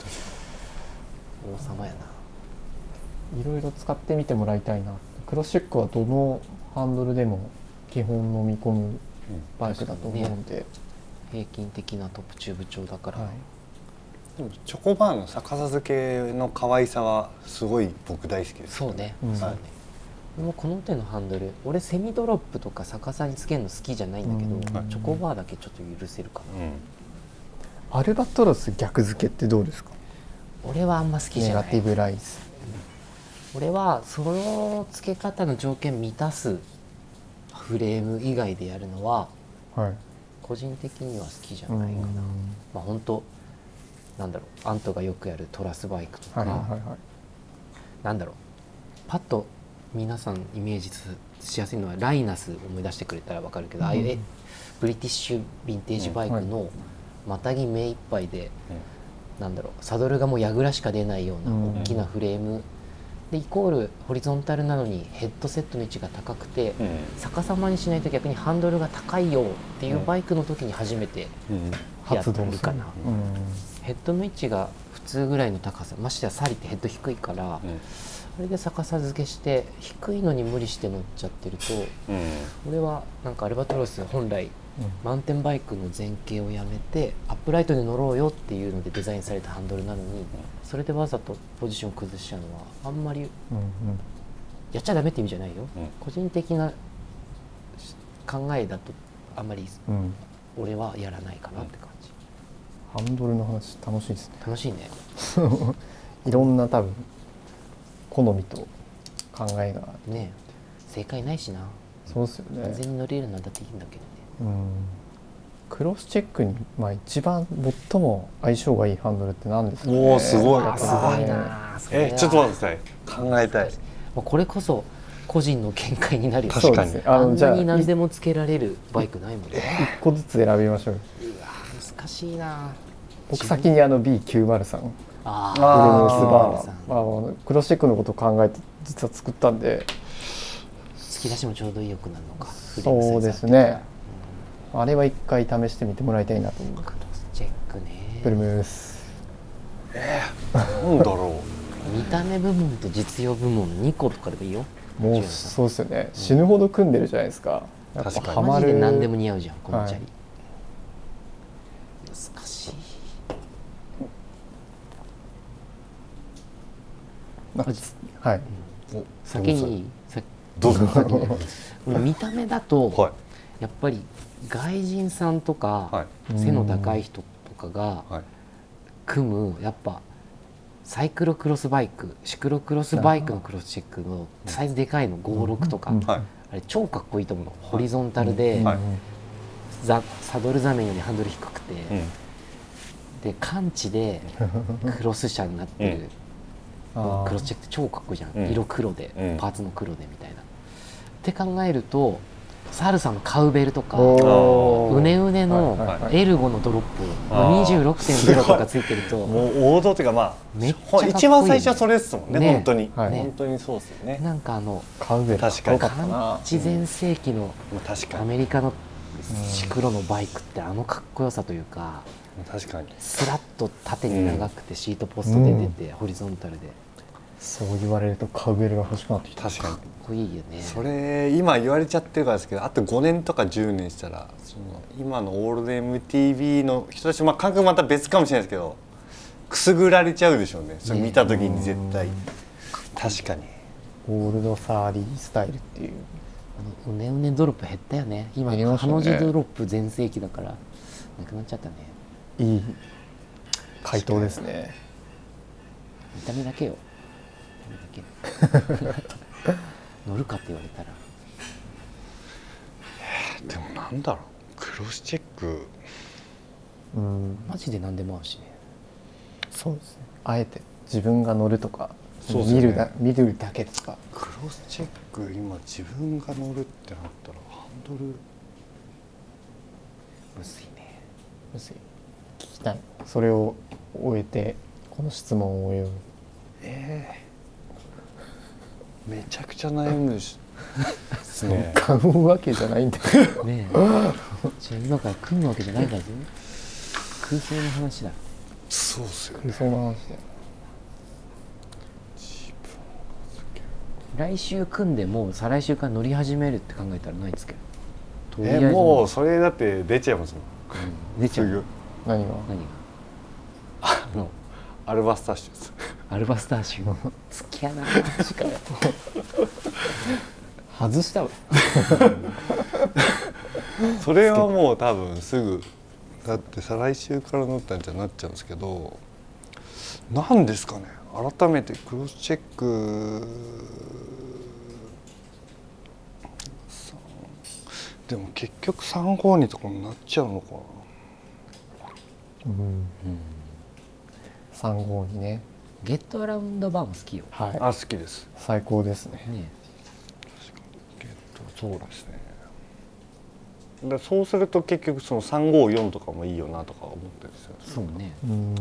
王様やな。 いろいろ使ってみてもらいたいな。クロスチェックはどのハンドルでも基本飲み込むバイクだと思うので、 平均的なトップチューブ調だから、 でもチョコバーの逆さ付けの可愛さはすごい僕大好きです。 そうね、そうね。でもこの手のハンドル俺セミドロップとか逆さにつけるの好きじゃないんだけど、チョコバーだけちょっと許せるかな。 アルバトロス逆付けってどうですか？ 俺はあんま好きじゃない。 ネガティブライズ。 俺はその付け方の条件満たすフレーム以外でやるのは、個人的には好きじゃないかな。まあ本当なんだろう、アントがよくやるトラスバイクとか、なんだろう、パッと皆さんイメージしやすいのはライナス思い出してくれたら分かるけど、ああいうブリティッシュヴィンテージバイクのまたぎ目いっぱいで、なんだろう、サドルがもう櫓しか出ないような大きなフレームでイコールホリゾンタルなのにヘッドセットの位置が高くて、逆さまにしないと逆にハンドルが高いよっていうバイクの時に初めてやってるかな。ヘッドの位置が普通ぐらいの高さ、ましてやサリってヘッド低いから、それで逆さ付けして低いのに無理して乗っちゃってると、俺はなんかアルバトロス本来マウンテンバイクの前傾をやめてアップライトで乗ろうよっていうのでデザインされたハンドルなのに、それでわざとポジション崩しちゃうのはあんまりやっちゃダメって意味じゃないよ、個人的な考えだとあんまり俺はやらないかなって感じ。 ハンドルの話楽しいですね。 楽しいねいろんな多分好みと考えがね、正解ないしな。 そうですよね。 完全に乗れるなんだっていいんだけどね。 クロスチェックに、一番最も相性がいいハンドルって何ですかね。 おお、すごい。 すごいな。 ちょっと待ってください。考えたい。 これこそ個人の見解になるよ。 確かに。 あんなに何でもつけられるバイクないもんね。 一個ずつ選びましょう。 難しいな。 僕先にB903 ブルースバークロスチェックのことを考えて実は作ったんで、 突き出しもちょうどよくなるのか。 そうですね。あれは一回試してみてもらいたいなと思う。 クロスチェックね。 ブルムース。 なんだろう。見た目部門と実用部門2個とかでもいいよ。 もうそうですよね。死ぬほど組んでるじゃないですか。 やっぱハマる。マジで何でも似合うじゃんこのチャリ。難しい。 はい。 先にどうぞ。 見た目だとやっぱり外人さんとか背の高い人とかが組むやっぱサイクロクロスバイクシクロクロスバイクのクロスチェックのサイズでかいの56とか、 はいあれ超かっこいいと思うの。ホリゾンタルで、 はいサドル座面よりハンドル低くて、で感知でクロス車になってる、クロスチェックって超かっこいいじゃん、色黒で、パーツの黒でみたいな。って考えるとサルサのカウベルとかうねうねのエルゴのドロップ 26.0 とかついてるともう王道っていうか、まあめっちゃかっこいいね。 一番最初はそれですもんね、 ね本当に、 はい本当にそうですよね。 なんかカウベル確かにかっこよかったな完治全盛期のア確かにメリカのシクロのバイクってかっこよさというか、 確かにスラッと縦に長くてシートポストで出て、ホリゾンタルでそう言われるとカウベルが欲しくなってきた。 確かにかっこいいよね。 それ今言われちゃってるからですけど、あと5年とか10年したらその今のオールド MTB の人たち、まあ感覚また別かもしれないですけど、くすぐられちゃうでしょうね、それ見た時に絶対。確かにオールドサーリースタイルっていう。 うねうねドロップ減ったよね。今減りましたねハの字ドロップ全盛期だからなくなっちゃったね。 いい回答ですね。 見た目だけよ。見た目だけ乗るかって言われたらでもなんだろう、クロスチェックマジで何でも合うしね。 そうですね。あえて自分が乗るとか、 そうですね見るだけとか。 クロスチェック今自分が乗るってなったらハンドルむずいね。 むずい。聞きたい。それを終えてこの質問を終えよう。 めちゃくちゃ悩むですね。 買うわけじゃないんだけど。 ねえじゃあ今から組むわけじゃないんだぞ。空想の話だ。 そうっすよね。 その話で。 来週組んでもう再来週から乗り始めるって考えたらないですけど、とりあえずもうそれだって出ちゃいますもん。 出ちゃう。 すぐ何が？ 何がアルバスタッシュです。 アルバスター州好きやなしか外したわ。 それはもう多分すぐだって再来週から乗ったんじゃなっちゃうんですけど、なんですかね、改めてクロスチェックでも結局352とかになっちゃうのかな。 352ね。 ゲットアラウンドバーも好きよ。 はい。 あ、好きです。 最高ですね。 ねそうですね。そうすると結局その354とかもいいよなとか思ってるんですよ。 そうね。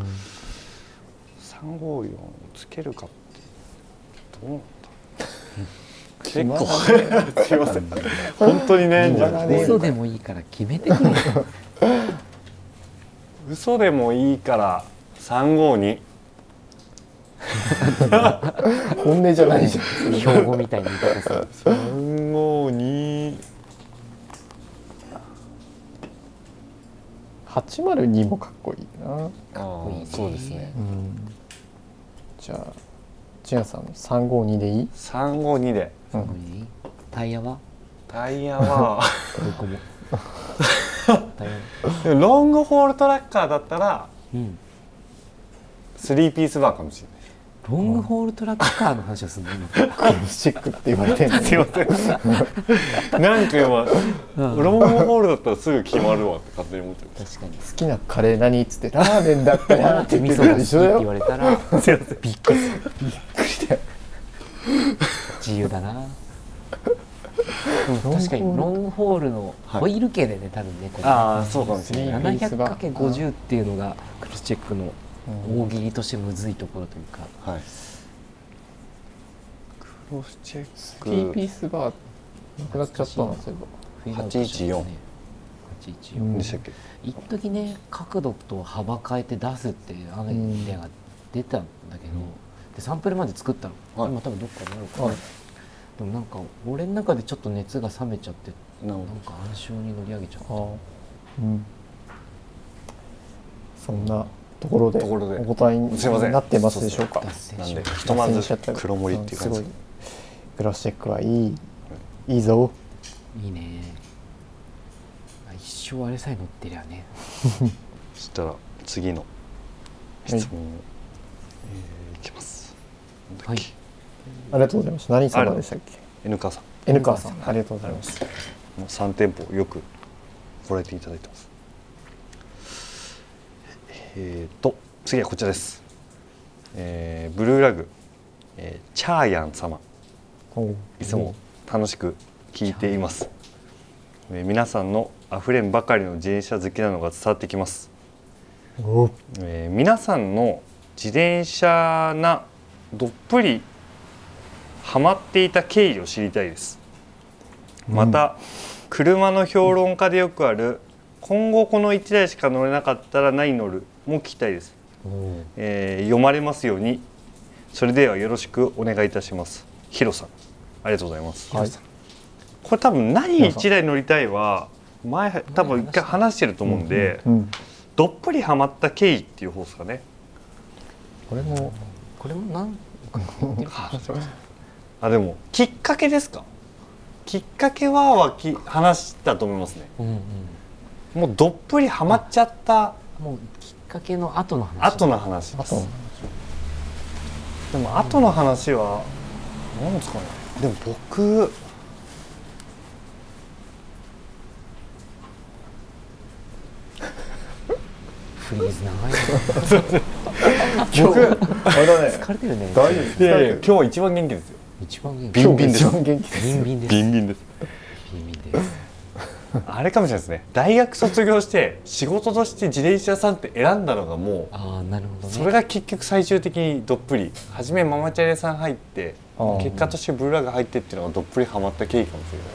354をつけるかってどうなんだ。結構すいません。本当に悩んじゃう。 嘘でもいいから決めてくれ。 嘘でもいいから352。 本音じゃないじゃん。 標語みたいな言い方さ。 352。 802もかっこいいな。 ああ、そうですね。 じゃあ千奈さん352でいい 352で。 タイヤはタイヤはどこもタイヤ、 でもロングホールトラッカーだったらうん 3ピースバーかもしれない。 ロングホールトラックカーの話をするの今クロスチェックって言われてるのに。 すいません。なんか今ロングホールだったらすぐ決まるわって勝手に思ってま確かに好きなカレー何っつってラーメンだったらって味言って噌が好きって言たでしょよ。 われたらす。 びっくりする。 びっくりだよ。 自由だな。確かにロングホールのホイール系でね、多分ねこれああ、そうかもしれない。 700×50 っていうのがクロスチェックの大喜利としてむずいところというか、 はい。クロスチェック。 3ピースバーなくなっちゃったな、そういえば。 814 814 でしたっけ。 一時ね角度と幅変えて出すっていうアイデアが出たんだけど、でサンプルまで作ったの、 はい今多分どっかにあるから、 はいでもなんか俺の中でちょっと熱が冷めちゃってなんなるほか暗礁に乗り上げちゃった。 そんなところでところでお答えにすいませんなってますでしょうか。 脱線なんでしましたひとまず脱線しちゃった黒森っていう感じすごいクロスチェックはいい、いいぞ。 いいね。一生あれさえ乗ってりゃね。 そしたら次の質問、 きます。 はい。 ありがとうございました。何様でしたっけ？ N 川さん。 N 川さん、ありがとうございます。 もう3店舗よくご来店いただいてます。次はこちらです。ブルーラグ、チャーヤン様、いつも楽しく聞いています。皆さんのあふれんばかりの自転車好きなのが伝わってきます。皆さんの自転車などっぷりハマっていた経緯を知りたいです。また、車の評論家でよくある今後この1台しか乗れなかったら何乗るも聞きたいです。読まれますように。それではよろしくお願いいたします。ヒロさん、ありがとうございます。 はい、 これ多分何1台乗りたいは前多分一回話してると思うんで、どっぷりハマった経緯っていう方ですかね。 これもなんあ、でもきっかけですか。きっかけは話したと思いますね。もうどっぷりハマっちゃった。 もうきっかけの後の話です。でも後の話は何ですかね。でも僕フリーズ長いな。 僕あれだね。 疲れてるね。 大丈夫です。 いや今日は一番元気ですよ。 一番元気。 ビンビンです。 一番元気です。 ビンビンです。 ビンビンです。 ビンビンです。 あれかもしれないですね。大学卒業して仕事として自転車屋さんって選んだのがもう、 なるほどね、 それが結局最終的にどっぷり初めママチャリ屋さん入って結果としてブルーラグ入ってっていうのがどっぷりハマった経緯かもしれないです。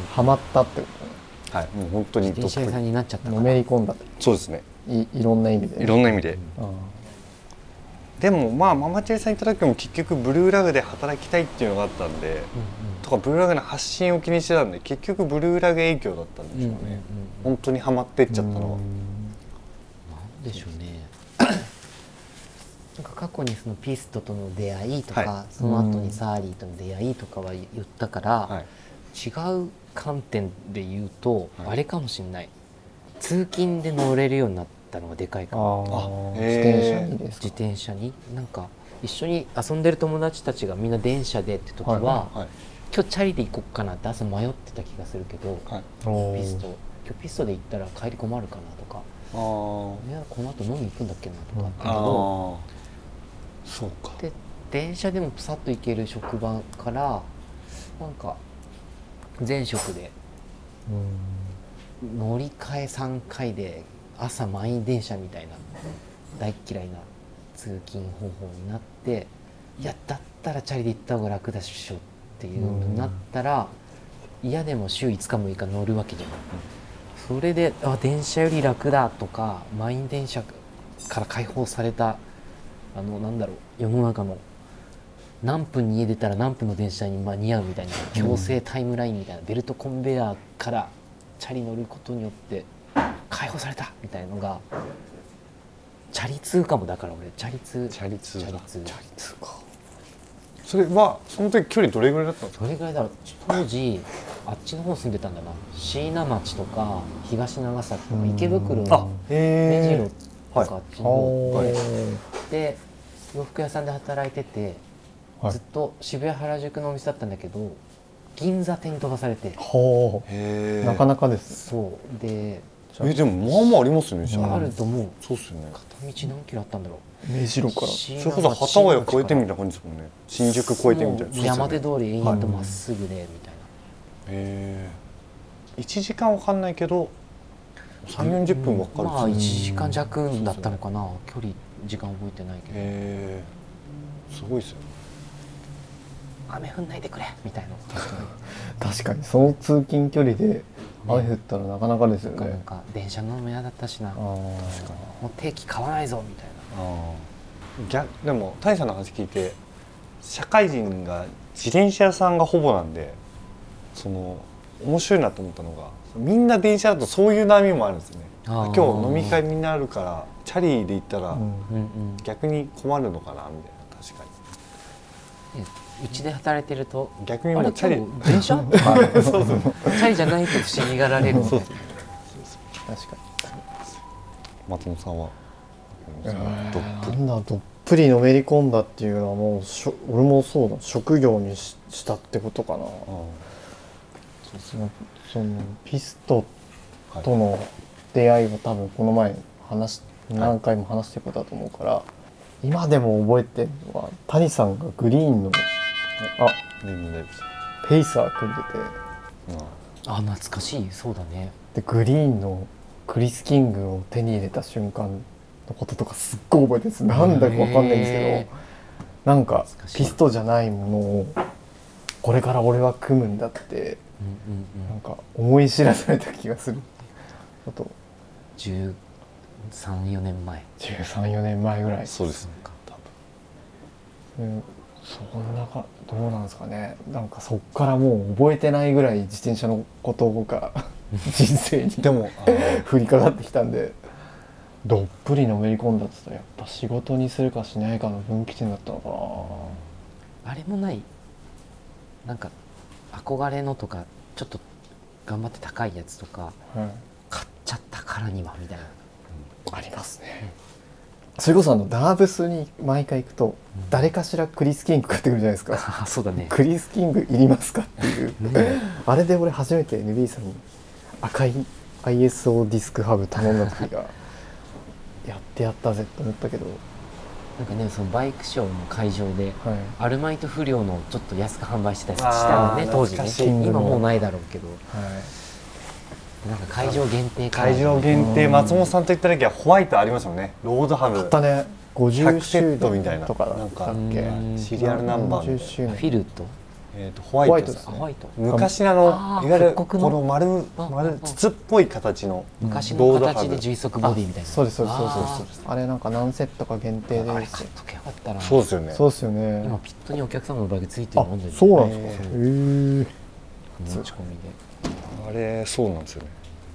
ハマったってことね。 はい、もう本当に自転車屋さんになっちゃったからのめり込んだ。 そうですね。 いろんな意味で、 いろんな意味で。でもまあママチャリさんいた時も結局ブルーラグで働きたいっていうのがあったんで、とかブルーラグの発信を気にしてたんで結局ブルーラグ影響だったんでしょうね。本当にハマってっちゃったのは。 なんでしょうね。なんか過去にそのピストとの出会いとか、その後にサーリーとの出会いとかは言ったから、違う観点で言うと、あれかもしれない。通勤で乗れるようになったのがでかいかも。自転車になんか一緒に遊んでる友達たちがみんな電車でって時は、今日チャリで行こっかなって朝迷ってた気がするけど、今日ピストで行ったら帰り困るかなとか、いやこの後飲み行くんだっけなとかあったけど、 そうか。 で電車でもプサッと行ける職場からなんか前職で乗り換え3回で朝満員電車みたいな大嫌いな通勤方法になって、いやだったらチャリで行った方が楽だっしょっていうのになったら、嫌でも週5日も6日乗るわけじゃない。それで電車より楽だとか、満員電車から解放されたなんだろう、世の中の何分に家出たら何分の電車に間に合うみたいな強制タイムラインみたいな、ベルトコンベヤーからチャリ乗ることによって解放されたみたいなのがチャリ通かも。だから俺チャリ通か。それはその時距離どれぐらいだったんですか。 どれぐらいだろう。当時あっちの方住んでたんだな。椎名町とか東長崎とか池袋の目白とかあっちの方で洋服屋さんで働いてて、ずっと渋谷原宿のお店だったんだけど銀座店に飛ばされて、 なかなかです。 そうででもまあまあありますよね。 あると思う。 そうですよね。 片道何キロあったんだろう。 目白からそれこそ幡ヶ谷越えてみたいな感じですもんね。新宿越えてみたいな。 山手通り延々とまっすぐでみたいな。1時間わかんないけど3、40分わかる。 まあ1時間弱だったのかな。距離時間覚えてないけど。 すごいですよね。 雨降んないでくれみたいな。 確かにその通勤距離で雨降ったらなかなかですよね。 なんか電車乗るの嫌だったしな。確かにもう定期買わないぞみたいな。 でも大さんの話聞いて、社会人が自転車屋さんがほぼなんで、その面白いなと思ったのが、みんな電車だとそういう波もあるんですよね。今日飲み会みんなあるからチャリで行ったら逆に困るのかなみたいな。確かにうちで働いてると逆にもうチャリ電車チャリじゃないと不思議がられる。確かに。 松本さんはなんだどっぷりのめり込んだっていうのはもう俺もそうだ、職業にしたってことかな。そのピストとの出会いを多分この前何回も話してることだと思うから、今でも覚えてるのは谷さんがグリーンのペイサー組んでて、 あ、懐かしい。そうだね。 でグリーンのクリス・キングを手に入れた瞬間のこととかすっごい覚えてるんです。なんだかわかんないんですけど、なんかピストじゃないものをこれから俺は組むんだって、なんか思い知らされた気がする。あと 13、14年前。 13、4年前ぐらい。 そうですね。 そんなかどうなんですかね。なんかそっからもう覚えてないぐらい自転車のことが人生にでも降りかかってきたんで、どっぷりのめり込んだって言ったらやっぱ仕事にするかしないかの分岐点だったのかな。 あれもない。なんか憧れのとかちょっと頑張って高いやつとか、買っちゃったからにはみたいな、 ありますね。それこそダーブスに毎回行くと誰かしらクリス・キング買ってくるじゃないですか。 あ、そうだね。 クリス・キングいりますかっていう、あれで俺初めて NB さんに赤い ISO ディスクハブ頼んだ時がやってやったぜと思ったけど、 なんかね、そのバイクショーの会場で、アルマイト不良のちょっと安く販売してたやつしたよね、当時ね。今もうないだろうけど、なんか会場限定から、 会場限定、松本さんと言った時はホワイトありますもんね。ロードハブあったね。50周年みたいなとかだったっけ。 シリアルナンバーフィルとホワイトですね。昔のいわゆるこの丸筒っぽい形の昔の形で11足ボディみたいな。 そうです。あれなんか何セットか限定で。 あれ買っとけよかったな。 そうですよね。 そうですよね。 今ピットにお客様のバイクついてるもんで。 そうなんですか。 持ち込みで。 あれそうなんですよね。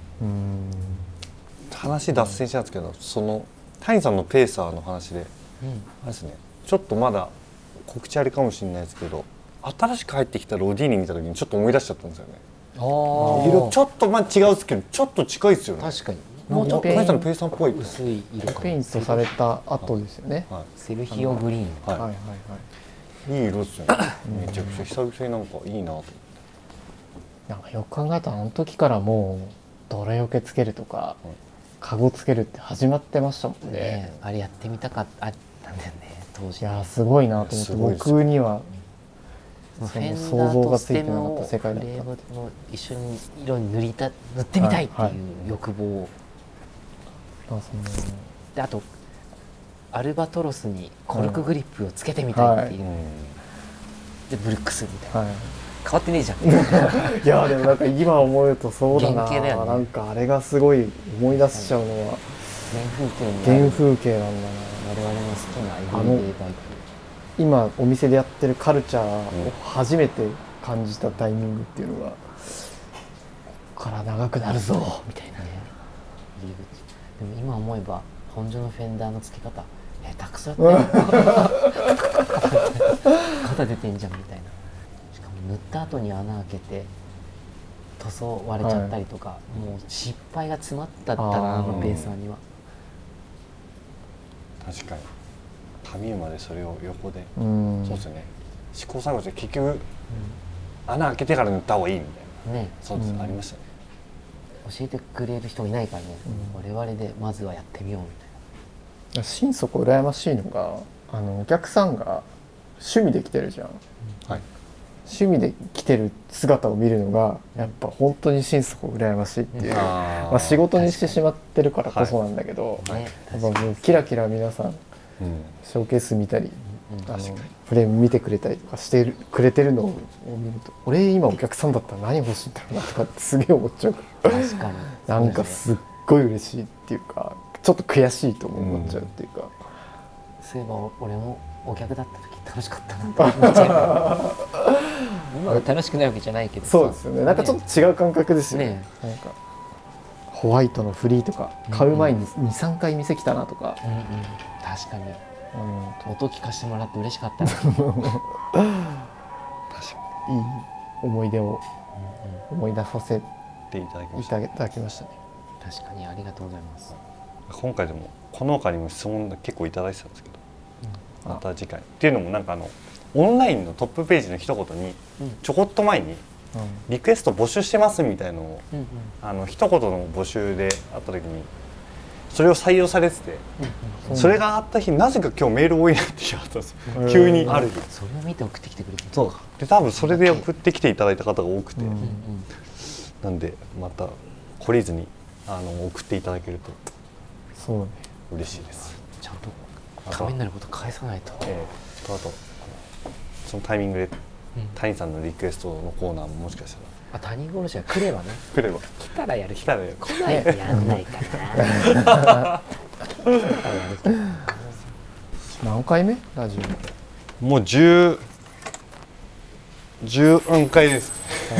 話脱線したんですけど、その谷さんのペーサーの話で、あれですね。ちょっとまだ告知ありかもしれないですけど、新しく入ってきたロディーニ見た時にちょっと思い出しちゃったんですよね。色ちょっと違うですけど、ちょっと近いですよね。 確かに。 もうちょっと谷さんのペーサーっぽい。 薄い色か。 ペイントされた後ですよね。 セルヒオグリーン。 いい色ですよね。めちゃくちゃ久々になんかいいなと思って。 なんかよく考えたらあの時からもう泥よけつけるとか、カゴつけるって始まってましたもんね。 あれやってみたかったんだよね、当時。 いやすごいなと思って、僕には想像がついてなかった世界だった。 フレームを一緒に色に塗ってみたいっていう欲望を。であとアルバトロスにコルクグリップをつけてみたいっていう。でブルックスみたいな。変わってねえじゃん。 いやでもなんか今思うとそうだな。 原型だよね。 なんかあれがすごい思い出しちゃうのは原風景なんだな。 我々の好きなエブリデイバイク。 今お店でやってるカルチャーを初めて感じたタイミングっていうのが、ここから長くなるぞみたいなね。 でも今思えば本所のフェンダーの付け方下手くそだったよ。肩出てんじゃんみたいな。しかも塗った後に穴開けて塗装割れちゃったりとか、もう失敗が詰まったな、あのペーサーには。 確かに紙までそれを横で、そうですよね。試行錯誤して結局、穴開けてから塗った方がいいみたいな。そうです、ありましたね。 教えてくれる人いないからね、我々でまずはやってみようみたいな。 心底羨ましいのが、お客さんが趣味で来てるじゃん。趣味で来てる姿を見るのがやっぱ本当に心底羨ましいっていう、仕事にしてしまってるからこそなんだけど、もうキラキラ皆さん、ショーケース見たり、フレーム見てくれたりとかしてくれてるのを見ると、俺今お客さんだったら何欲しいんだろうなとかってすげえ思っちゃうから、 確かになんかすっごい嬉しいっていうか、ちょっと悔しいと思っちゃうっていうか、 そういえば俺もお客だった時楽しかったなって思っちゃう。今は楽しくないわけじゃないけど、 そうですよね。なんかちょっと違う感覚ですよね。なんかホワイトのフリーとか買う前に 2,3 回店来たなとか、 確かに音聞かせてもらって嬉しかったな。確かにいい思い出を思い出させていただきましたね。 確かにありがとうございます。 今回でもこの他にも質問結構いただいてたんですけど、 また次回っていうのもなんかオンラインのトップページの一言にちょこっと前にリクエスト募集してますみたいのを、一言の募集であった時にそれを採用されてて、それがあった日なぜか今日メール多いなって日があったんですよ、急にある日。 それを見て送ってきてくれてそうで多分それで送ってきていただいた方が多くて、なんでまた懲りずに送っていただけるとそうね嬉しいです。 ちゃんとためになること返さないと。 あとそのタイミングで谷さんのリクエストのコーナーももしかしたら谷殺しが来ればね来れば来たらやる来たらやる来ないとやんないかな何回目ラジオ？ もう10何回です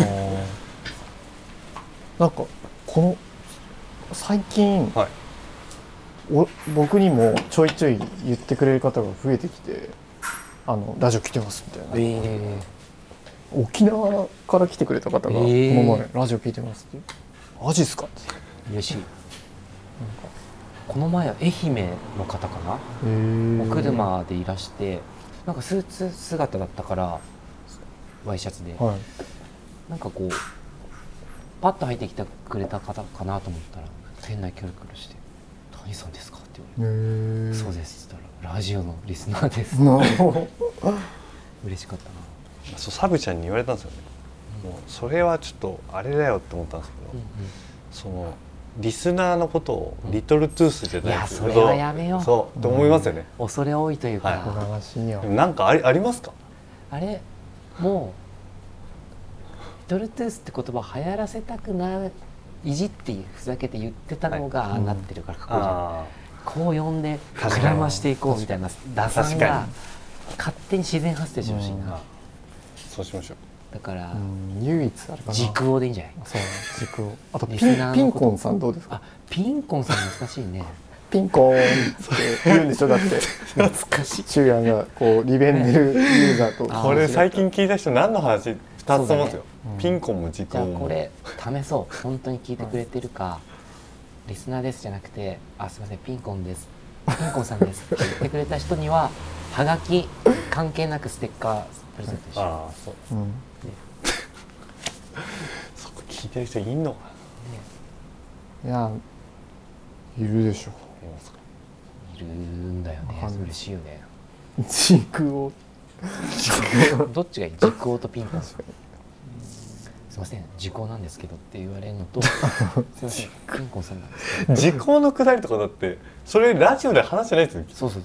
なんかこの最近、 はい、 僕にもちょいちょい言ってくれる方が増えてきてラジオ来てますみたいな、沖縄から来てくれた方がこの前ラジオ聞いてますってマジっすかって嬉しい。この前は愛媛の方かな、お車でいらしてなんかスーツ姿だったからワイシャツで、 はい、 なんかこうパッと入ってきてくれた方かなと思ったら店内キョロキョロして「谷さんですか?」って言われて「そうです」って言ったら「ラジオのリスナーです」嬉しかったな。 そうサブちゃんに言われたんですよね、もうそれはちょっとあれだよって思ったんですけど、そのリスナーのことをリトルトゥースじゃないですけど、 いやそれはやめようそうって思いますよね、 恐れ多いというか、 なんかありますか？ あれもうリトルトゥースって言葉を流行らせたくないじってふざけて言ってたのがああなってるからかっこいいじゃん、こう呼んで膨らましていこうみたいな打算が勝手に自然発生してほしいな。 そうしましょう。 だから唯一あるかな、 軸王でいいんじゃない？ そう軸王。あとピンコンさんどうですか？ ピンコンさん難しいね。 ピンコンって言うんでしょだって懐かしい。 中也がこうリベンデルユーザーとこれ最近聞いた人何の話2つともですよ、ピンコンも軸王も。 じゃあこれ試そう。本当に聞いてくれてるか、リスナーですじゃなくて「あすいませんピンコンです」「ピンコンさんです」って言ってくれた人にははがき関係なくステッカープレゼントしよう。 ああそう、そこ聞いてる人いんのかな、いやいるでしょう。 いるんだよね。嬉しいよね。 軸王どっちがいい？軸王とピンコン。すいません時効なんですけどって言われるのとすいませんピンコンさんなんですけど時効のくだりとかだってそれラジオで話してないですよ。 そうそう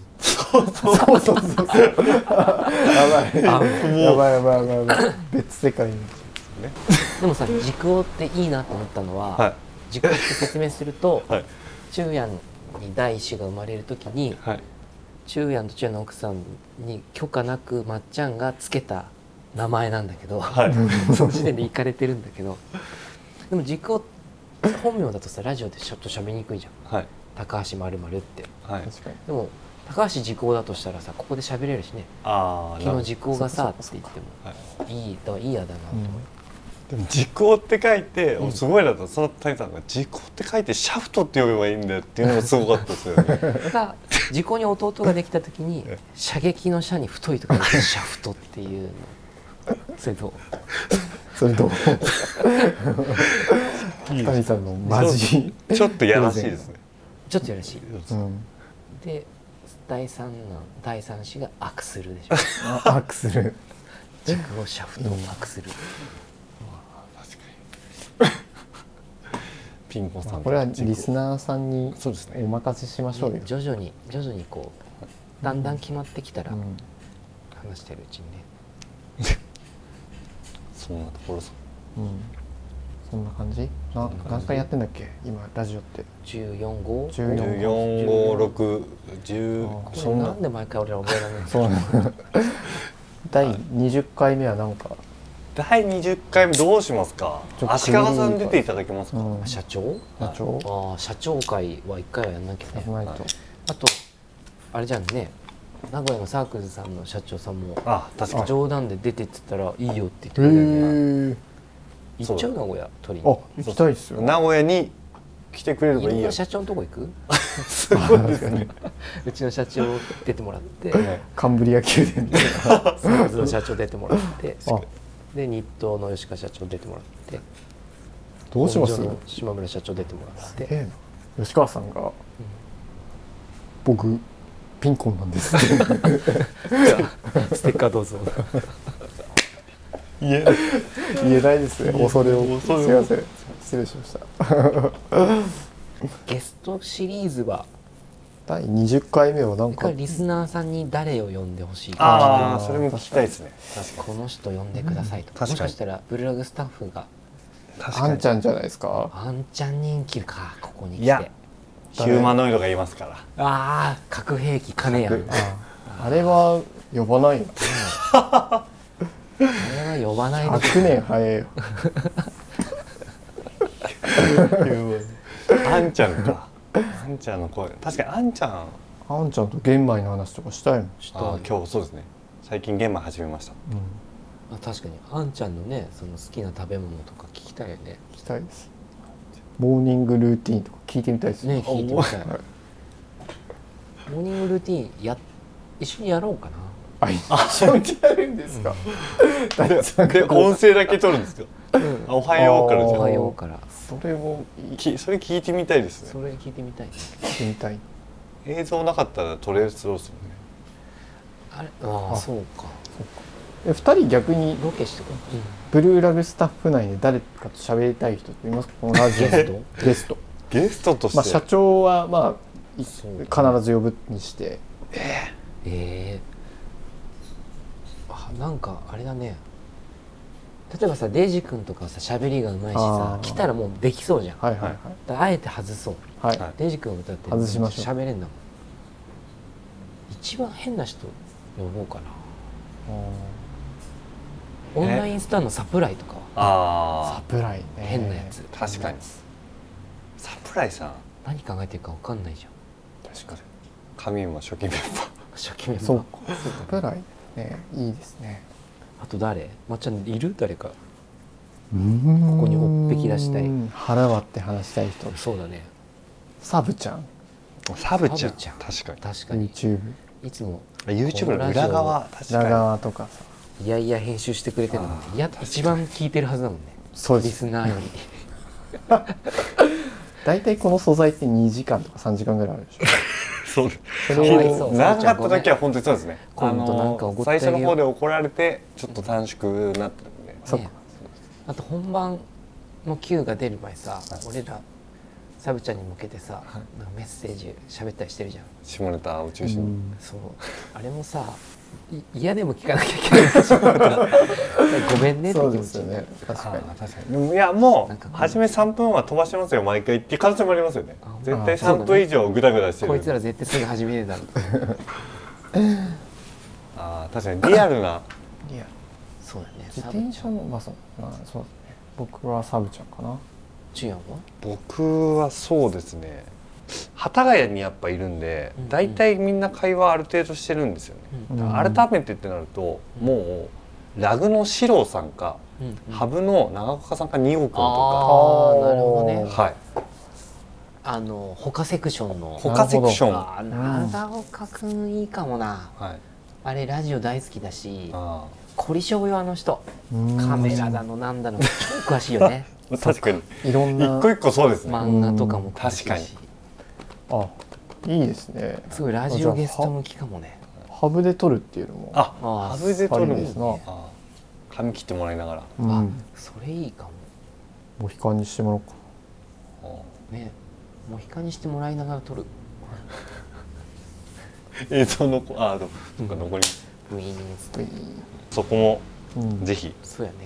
やばい別世界に。 でもさ時効っていいなと思ったのは、時効って説明すると、中也に第一子が生まれる時に、中也と中也の奥さんに許可なくまっちゃんがつけた名前なんだけど、その時点でイカれてるんだけど、でも時効本名だとさラジオでちょっと喋りにくいじゃん、高橋まるまるって、でも高橋時効だとしたらさここで喋れるしね、昨日時効がさって言ってもいいやだなと思う。 でも時効って書いて、すごいなとその谷さんが時効って書いてシャフトって呼べばいいんだよっていうのがすごかったですよね。 が時効に弟ができた時に射撃の射に太いとか言ってシャフトっていうの。それどう？ それどう？谷さんのマジちょっとやらしいですね。 ちょっとやらしい。で第三子がアクスルでしょ。 アクスル。 軸をシャフトをアクスル。 ピンコンさん。 これはリスナーさんにお任せしましょうよ。 徐々にこうだんだん決まってきたら話してるうちにね。 そんなところさ。 そんな感じ？何回やってんだっけ今ラジオって。 14号 14、5、6、10。 そんなんで毎回俺ら覚えられない。 そうなの。第20回目はなんか。 第20回目どうしますか？足利さん出ていただけますか？ 社長？社長会は1回はやんなきゃね。あとあれじゃんね。名古屋のサークルさんの社長さんも冗談で出てって言ったらいいよって言ってくれたよね。行っちゃう名古屋取りに。 行きたいですよ。 名古屋に来てくれればいいよ。 社長のとこ行く？ すごいですね。 うちの社長出てもらってカンブリア宮殿でスマーズの社長出てもらってあで日東の吉川社長出てもらってどうします？ 本所の島村社長出てもらって吉川さんが、僕ピンコンなんですってステッカーどうぞ言えないですね。恐れを。すいません、失礼しました。 ゲストシリーズは第20回目はなんかリスナーさんに誰を呼んでほしいかああそれも聞きたいですね。確かこの人呼んでくださいとか、 確かにもしかしたらブルログスタッフがにあんちゃんじゃないですか。 あんちゃん人気かここに来ていやヒューマノイドがいますから。 ああ核兵器金やんあれは呼ばないよ。 あれは呼ばないで 100年早いよ。 あんちゃんか。あんちゃんの声確かにあんちゃん。 あんちゃんと玄米の話とかしたいの。 あ今日そうですね。最近玄米始めました。 あ確かにあんちゃんのねその好きな食べ物とか聞きたいよね聞きたいです。モーニングルーティンとか聞いてみたいですね聞いてみたいはいモーニングルーティン一緒にやろうかな一緒にやるんですか。 で音声だけ取るんですか。あおはようからじゃおはようからそれもそれ聞いてみたいですね。 それ聞いてみたいね聞いてみたい。 映像なかったら撮れそうですよね。 あれああそうか 2人逆にロケしてくる、 ブルーラグスタッフ内で誰かと喋りたい人っていますか？このラジオゲスト。 ゲストとして、 まあ社長はまあ必そうず呼ぶにして。 なんかあれだね例えばさデイジ君とかさ喋りがうまいしさ来たらもうできそうじゃん、 はいはいはい。 だからあえて外そうはい。 デイジ君はだって外しましょう喋れんだもん一番変な人呼ぼうかなオンラインストアのサプライとかはサプライね。 変なやつ確かにサプライさん何考えてるか分かんないじゃん確かに。 神も初期メンバー初期メンバーそうか。サプライねいいですね。 あと誰まっちゃんいる誰かここにおっぺき出したい腹割って話したい人。 そうだねサブちゃん。 サブちゃんサブちゃん確かに確かに YouTube。 いつも YouTube の裏側確裏か側とかさ。 いやいや編集してくれてるのもいや一番聞いてるはずだもんねそうですリスナーより大体この素材って2時間とか3時間ぐらいあるでしょ。 そうそかわいそう長かった時は本当にそうですね。 今度なんかおごってあげよう最初の方で怒られてちょっと短縮になったんで、 そうかねあと本番の Q が出る前さ俺らサブちゃんに向けてさなんかメッセージ喋ったりしてるじゃん下ネタを中心に、 そうあれもさ嫌でも聞かなきゃいけないでしょごめんねって気そう持ちですよね。確かに。 確かに。でもいやもなんかう初め3分は飛ばしてますよ毎回っていう可能性もありますよね。絶対3分以上グダグダしてる。 こいつら絶対すぐ始めるだろう確かにリアルな。 いやそうだね自転車のまあそうですね。僕はサブちゃんかな。 チュヤンは僕はそうですね。幡ヶ谷にやっぱいるんで、 うん大体みんな会話ある程度してるんですよね。 うん改めてってなると、もうラグの四郎さんか、ハブの長岡さんか二号くんとああなるほどねか、はい、 他セクションの他セクション、 あ長岡くんいいかもなはい、 あれラジオ大好きだしあ凝り性よあの人うんカメラだのなんだの超詳しいよねー確かにいろんな一個一個そうですね。 漫画とかも詳しいし確かにあいいですね。 すごいラジオゲスト向きかもねハブで撮るっていうのも。 あ、 あハブで撮るんですありね。あ髪切ってもらいながら。 あうん。 それいいかもモヒカンにしてもらおうか。 ねもう悲観にしてもらいながら撮る映像のなんか残り、 ウィーンそこもうんぜひそうやね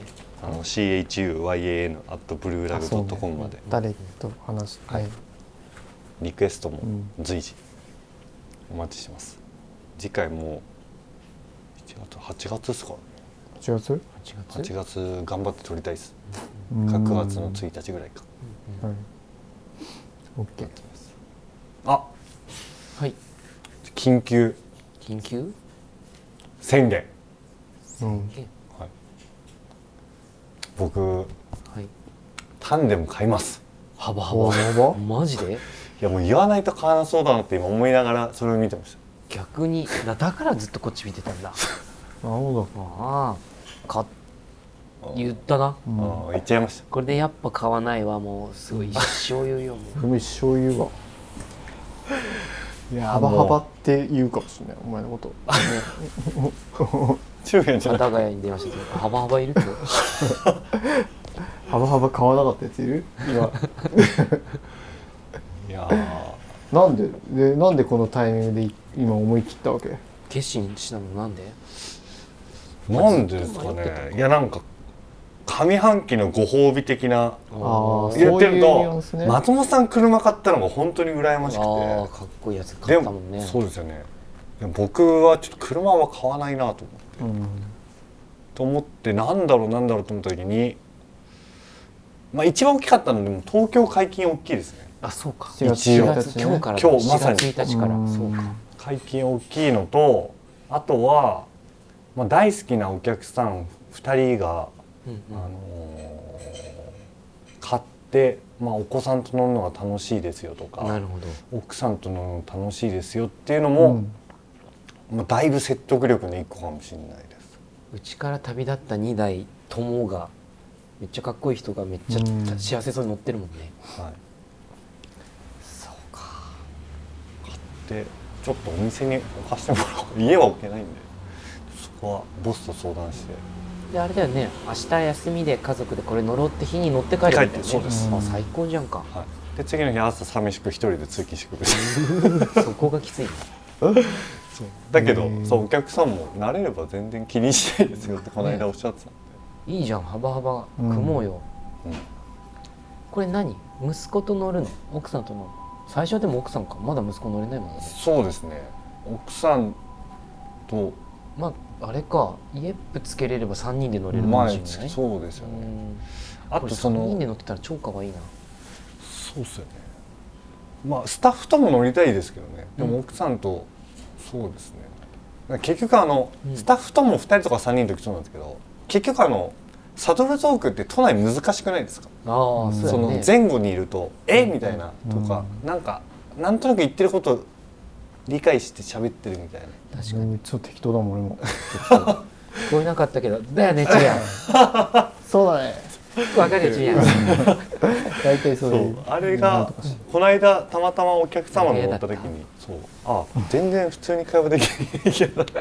CHUYAN@bluerag.com まで誰と話したい。 リクエストもうん随時お待ちしてます。次回も8月ですか。 8月？ 8月頑張って撮りたいです。 うん 9月の1日ぐらいか。 はい。オッケー。 あ、 はい緊急緊急宣言。 うん。 僕はいタンデム買います。 幅おやば。 マジでやもう言わないと買わなそうだなって今思いながらそれを見てました。 逆にだからずっとこっち見てたんだ。 なるほああ言ったな。 言っちゃいました。 これでやっぱ買わないわ。もうすごい一生言うよ。もど。もう一生言うわ。いや幅幅って言うかもしれないお前のこと。 中堅じゃない。 幡ヶ谷に電話してて幅幅いるって。 幅幅買わなかったやついる？今。 いやなんでこのタイミングで今思い切ったわけ？ 決心したのなんで？ なんでですかね。いやなんか上半期のご褒美的な言ってると、松本さん車買ったのが本当に羨ましくて、 かっこいいやつ買ったもんね。 そうですよね。僕はちょっと車は買わないなと思って、なんだろうと思った時に、一番大きかったのでも東京解禁大きいですね。 あ、そうか。 今日から今日まさに 4月1日から。そうか。 解禁大きいのと、あとは、大好きなお客さん2人が、買って、お子さんと乗るのが楽しいですよとか、 なるほど、 奥さんと乗るの楽しいですよっていうのも、だいぶ説得力の一個かもしれないです。 うちから旅立った2代ともがめっちゃかっこいい人がめっちゃ幸せそうに乗ってるもんね。 はい。そうか。買ってちょっとお店に置かしてもらおう。家は置けないんで、そこはボスと相談して。 であれだよね、明日休みで家族でこれ乗ろうって日に乗って帰るみたいなね。 そうです。 最高じゃんか。 はい。で次の日朝寂しく一人で通勤してくる。 そこがきついんだ。 そうだけど、お客さんも慣れれば全然気にしないですよってこの間おっしゃってたんで、 いいじゃん、幅幅組もうよ。これ何？息子と乗るの？奥さんと乗るの？最初はでも奥さんか、まだ息子乗れないもんね。 そうですね。奥さんとあれか、イエップつけれれば3人で乗れるかもしれない。 そうですよね。 あと3人で乗ってたら超可愛いな。 そうですよね。スタッフとも乗りたいですけどね。でも奥さんと、そうですね。結局スタッフとも2人とか3人の時そうなんですけど、結局サドルトークって都内難しくないですか？ そうその前後にいるとみたいなとか、なんとなく言ってること理解して喋ってるみたいな。 確かにちょっと適当だもん俺も。 聞こえなかったけど、だよね、ちやん。 そうだね。 わかるよ、ちやん。 大体そういう。 あれがこの間たまたまお客様の乗った時に、全然普通に会話できないけど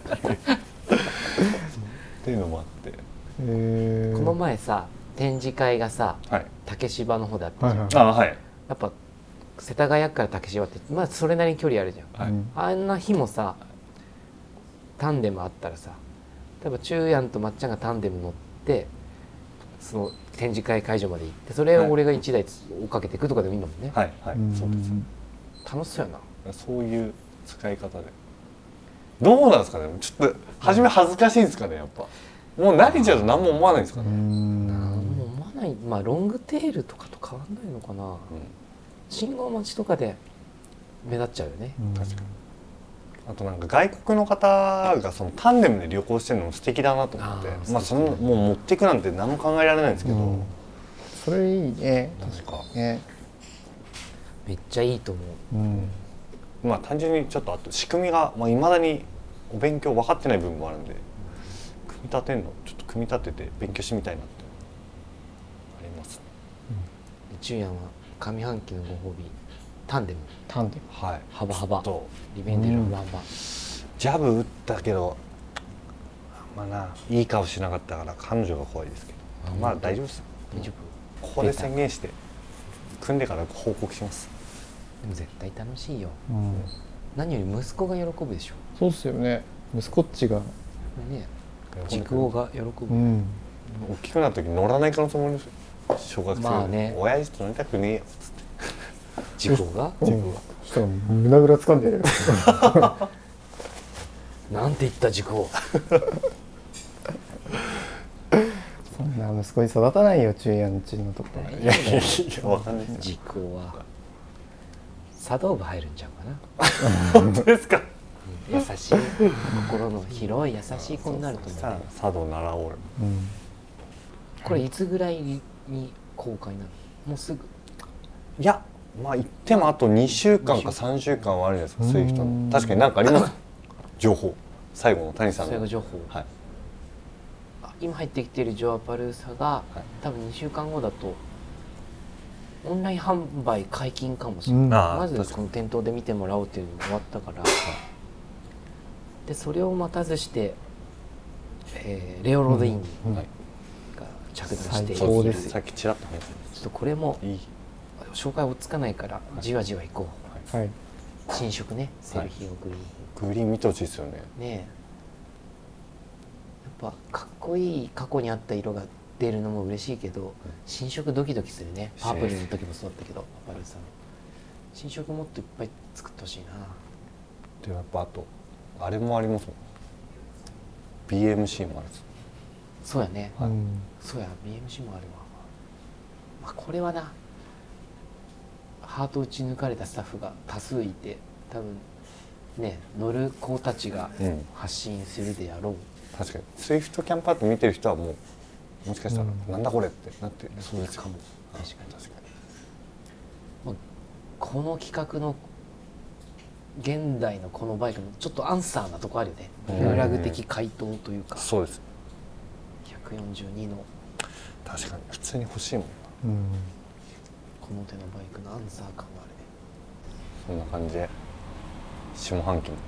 っていうのもあって。 この前さ、展示会がさ、竹芝の方だったじゃん。やっぱ世田谷から竹芝ってそれなりに距離あるじゃん。あんな日もさ、タンデムあったらさ、例えば中やんとまっちゃんがタンデム乗ってその展示会会場まで行って、それを俺が1台追っかけていくとかでもいいんだもんね。 はいはい、そうです。 楽しそうやな。 そういう使い方で。どうなんですかね。ちょっと初め恥ずかしいんですかね、やっぱ。もう慣れちゃうと何も思わないんですかね。 何も思わない。ロングテールとかと変わんないのかな。信号待ちとかで目立っちゃうよね。 確かに。あと外国の方がそのタンデムで旅行してるのも素敵だなと思って、そのもう持っていくなんて何も考えられないんですけど、 それいいね。確かね。 めっちゃいいと思う。単純にちょっとあと仕組みがいまだにお勉強分かってない部分もあるんで、組み立てるのちょっと組み立てて勉強してみたいなってありますね。 中やんは上半期のご褒美タンデム。 はい。 幅幅リベンデルワンワン。 ジャブ打ったけどいい顔しなかったから彼女が怖いですけど、大丈夫です。 大丈夫。 ここで宣言して組んでから報告します。 でも絶対楽しいよ。何より息子が喜ぶでしょ。 そうっすよね。息子っちがね、軸王が喜ぶ。 大きくなった時乗らない可能性もありますよ。小学生親父と乗りたくねえよっつって。 軸王がしたら胸ぐら掴んでやるよ。 なんて言った軸王。 そんな息子に育たないよ、中やんちのところ。 いやわかんないです。 軸王は茶道部入るんちゃうかな。本当ですか。 優しい心の広い優しい子になると思う。 茶道習おう。 これいつぐらいに公開なの？もうすぐ？ いやまあ言ってもあと2週間か3週間はあるじゃないですか、そういう人の。確かに何かあります情報、最後の谷さんの最後情報、 はい、 今入ってきているジョアパルーサが、はい、多分2週間後だとオンライン販売解禁かもしれない、まずこの店頭で見てもらおうっていうのが終わったから、でそれを待たずして、レオロデインが着弾している、 さっきちらっと話したんです。 ちょっとこれも紹介追っつかないからじわじわいこう、はい、新色ね、セルヒオグリーン、 グリーン見てほしいですよね。 ねやっぱかっこいい過去にあった色が出るのも嬉しいけど、新色ドキドキするね。パープルの時もそうだったけど、パパルさん新色もっといっぱい作ってほしいな。 でやっぱあとあれもありますもん、 BMC もあるんです。 そうやね、はい、そうや BMC もあるわ。まあ、これはなハート打ち抜かれたスタッフが多数いて、多分ね乗る子たちが発信するであろう、 確かにスイフトキャンパーって見てる人はもしかしたら、なんだこれってなってそうですかも。確かに、まあ、この企画の現代のこのバイクのちょっとアンサーなとこあるよね。フューラグ的回答というか、 そうです。 142の確かに普通に欲しいもんな、 この手のバイクのアンサー感があるね。 そんな感じで下半期も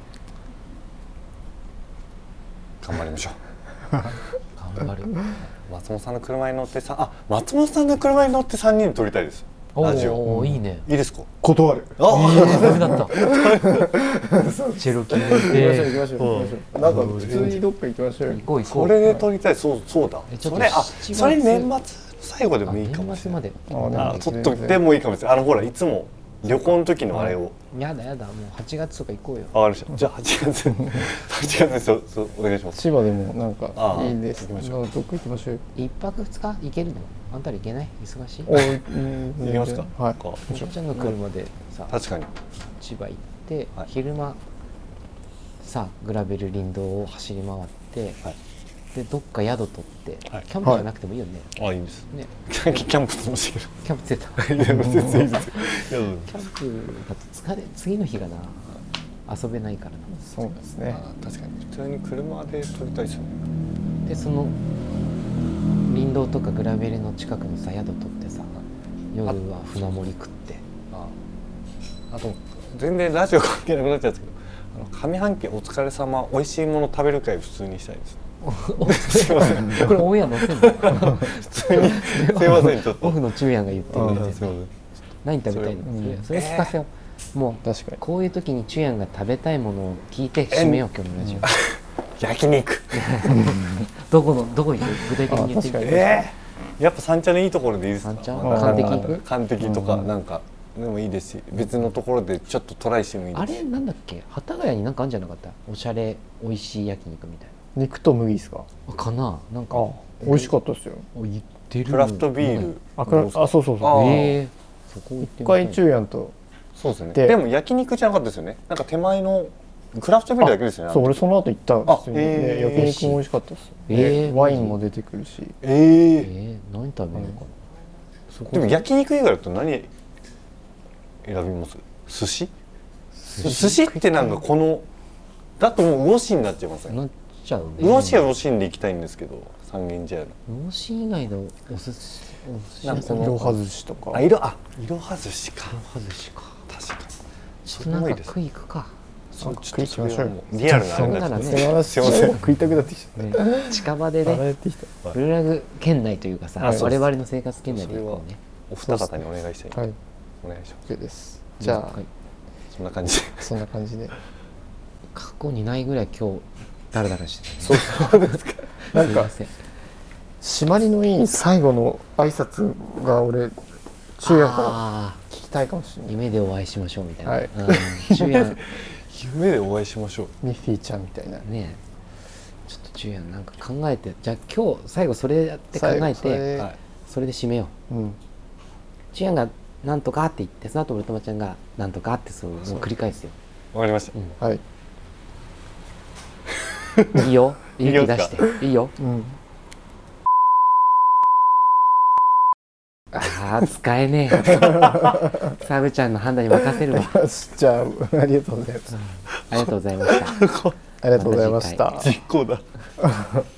頑張りましょう頑張る松本さんの車に乗って松本さんの車に乗って3人撮りたいです。ラジオ。 いいね。 いいですか？ 断る。 ダメだったチェロキー行きましょう。なんか普通にどっか行きましょうよ。 行こう。 それで撮りたい。そうだ。それ年末最後でもいいかもしれない。ちょっとでもいいかもしれない。ほらいつも旅行の時のあれを。 やだもう8月とか行こうよ。 わかりました。じゃあ8月そうお願いします。 千葉でもなんかいいです。 行きましょう。 どこ行きましょう。 1泊2日行けるの？あんたら行けない？忙しい？ 行きますか？ はい。 おちゃんの車でさ、 確かに千葉行って、昼間さグラベル林道を走り回って、でどっか宿取って、キャンプじゃなくてもいいよね。 いいですね。キャンプ楽しいけど。 キャンプ出た。 いや全然いいですよ。 キャンプだと疲れ、次の日がな遊べないからな。 そうですね。 確かに普通に車で撮りたいですよね。 でその林道とかグラベルの近くのさ宿取ってさ、夜は船盛り食って、 あと全然ラジオ関係なくなっちゃうんですけど、上半期お疲れ様、美味しいもの食べる会普通にしたいです。すいません。 これオンエア載せんの？ すいません、ちょっとオフのチュウヤンが言ってるんで、 すいません。 何食べたいの？それ聞かせよう。もう確かにこういう時にチュウヤンが食べたいものを聞いて締めよう今日のラジオ。 焼肉。 どこ行く？具体的に言ってみて。 やっぱ三茶のいいところでいいですか？ 三茶？ 完璧とかなんかでもいいですし、別のところでちょっとトライしてもいいですし。 あれなんだっけ？幡ヶ谷になんかあるんじゃなかった？おしゃれ美味しい焼肉みたいな。 肉と麦ですか？ かな？なんか美味しかったですよ。 言ってる。 クラフトビール。 そう。そこ一回チュウヤンと。 そうですね。でも焼肉じゃなかったですよね。なんか手前のクラフトビールだけですよね。 そう、俺その後行ったんですよね。焼肉も美味しかったです。ワインも出てくるし。 何食べるのかな。 でも焼肉以外だと何選びます？寿司？寿司ってなんかこのだともう魚心になっちゃいますね。 なっちゃうね。 魚心は魚心で行きたいんですけど、三軒茶屋の。 魚心以外のお寿司なんかいろは寿司とか。 いろは寿司か。確かに。 ちょっとなんか食い行くか。 食い行きましょう。 リアルなあれならね。 すいません。 食いたくなってきた。 近場でね。ブルラグ県内というかさ、我々の生活圏内で行こうね。 お二方にお願いしたい。お願いします。 です。じゃあそんな感じで。 そんな感じで。 過去にないぐらい今日ダラダラしてた。 そうですか。なんか締まりのいい最後の挨拶が俺チュウヤンから聞きたいかもしれない。 夢でお会いしましょうみたいな。 チュウヤン夢でお会いしましょう。 ミッフィーちゃんみたいなね。ちょっとチュウヤンなんか考えて、じゃあ今日最後それやって考えて、それで締めよう。チュウヤンがなんとかって言って、その後俺とまちゃんがなんとかってそう繰り返すよ。 わかりました。 はい。 いいよ。勇気出して。いいよ。 ああ使えねえサブちゃんの判断に任せるわじゃあありがとうございます、 ありがとうございましたありがとうございました。 実行だ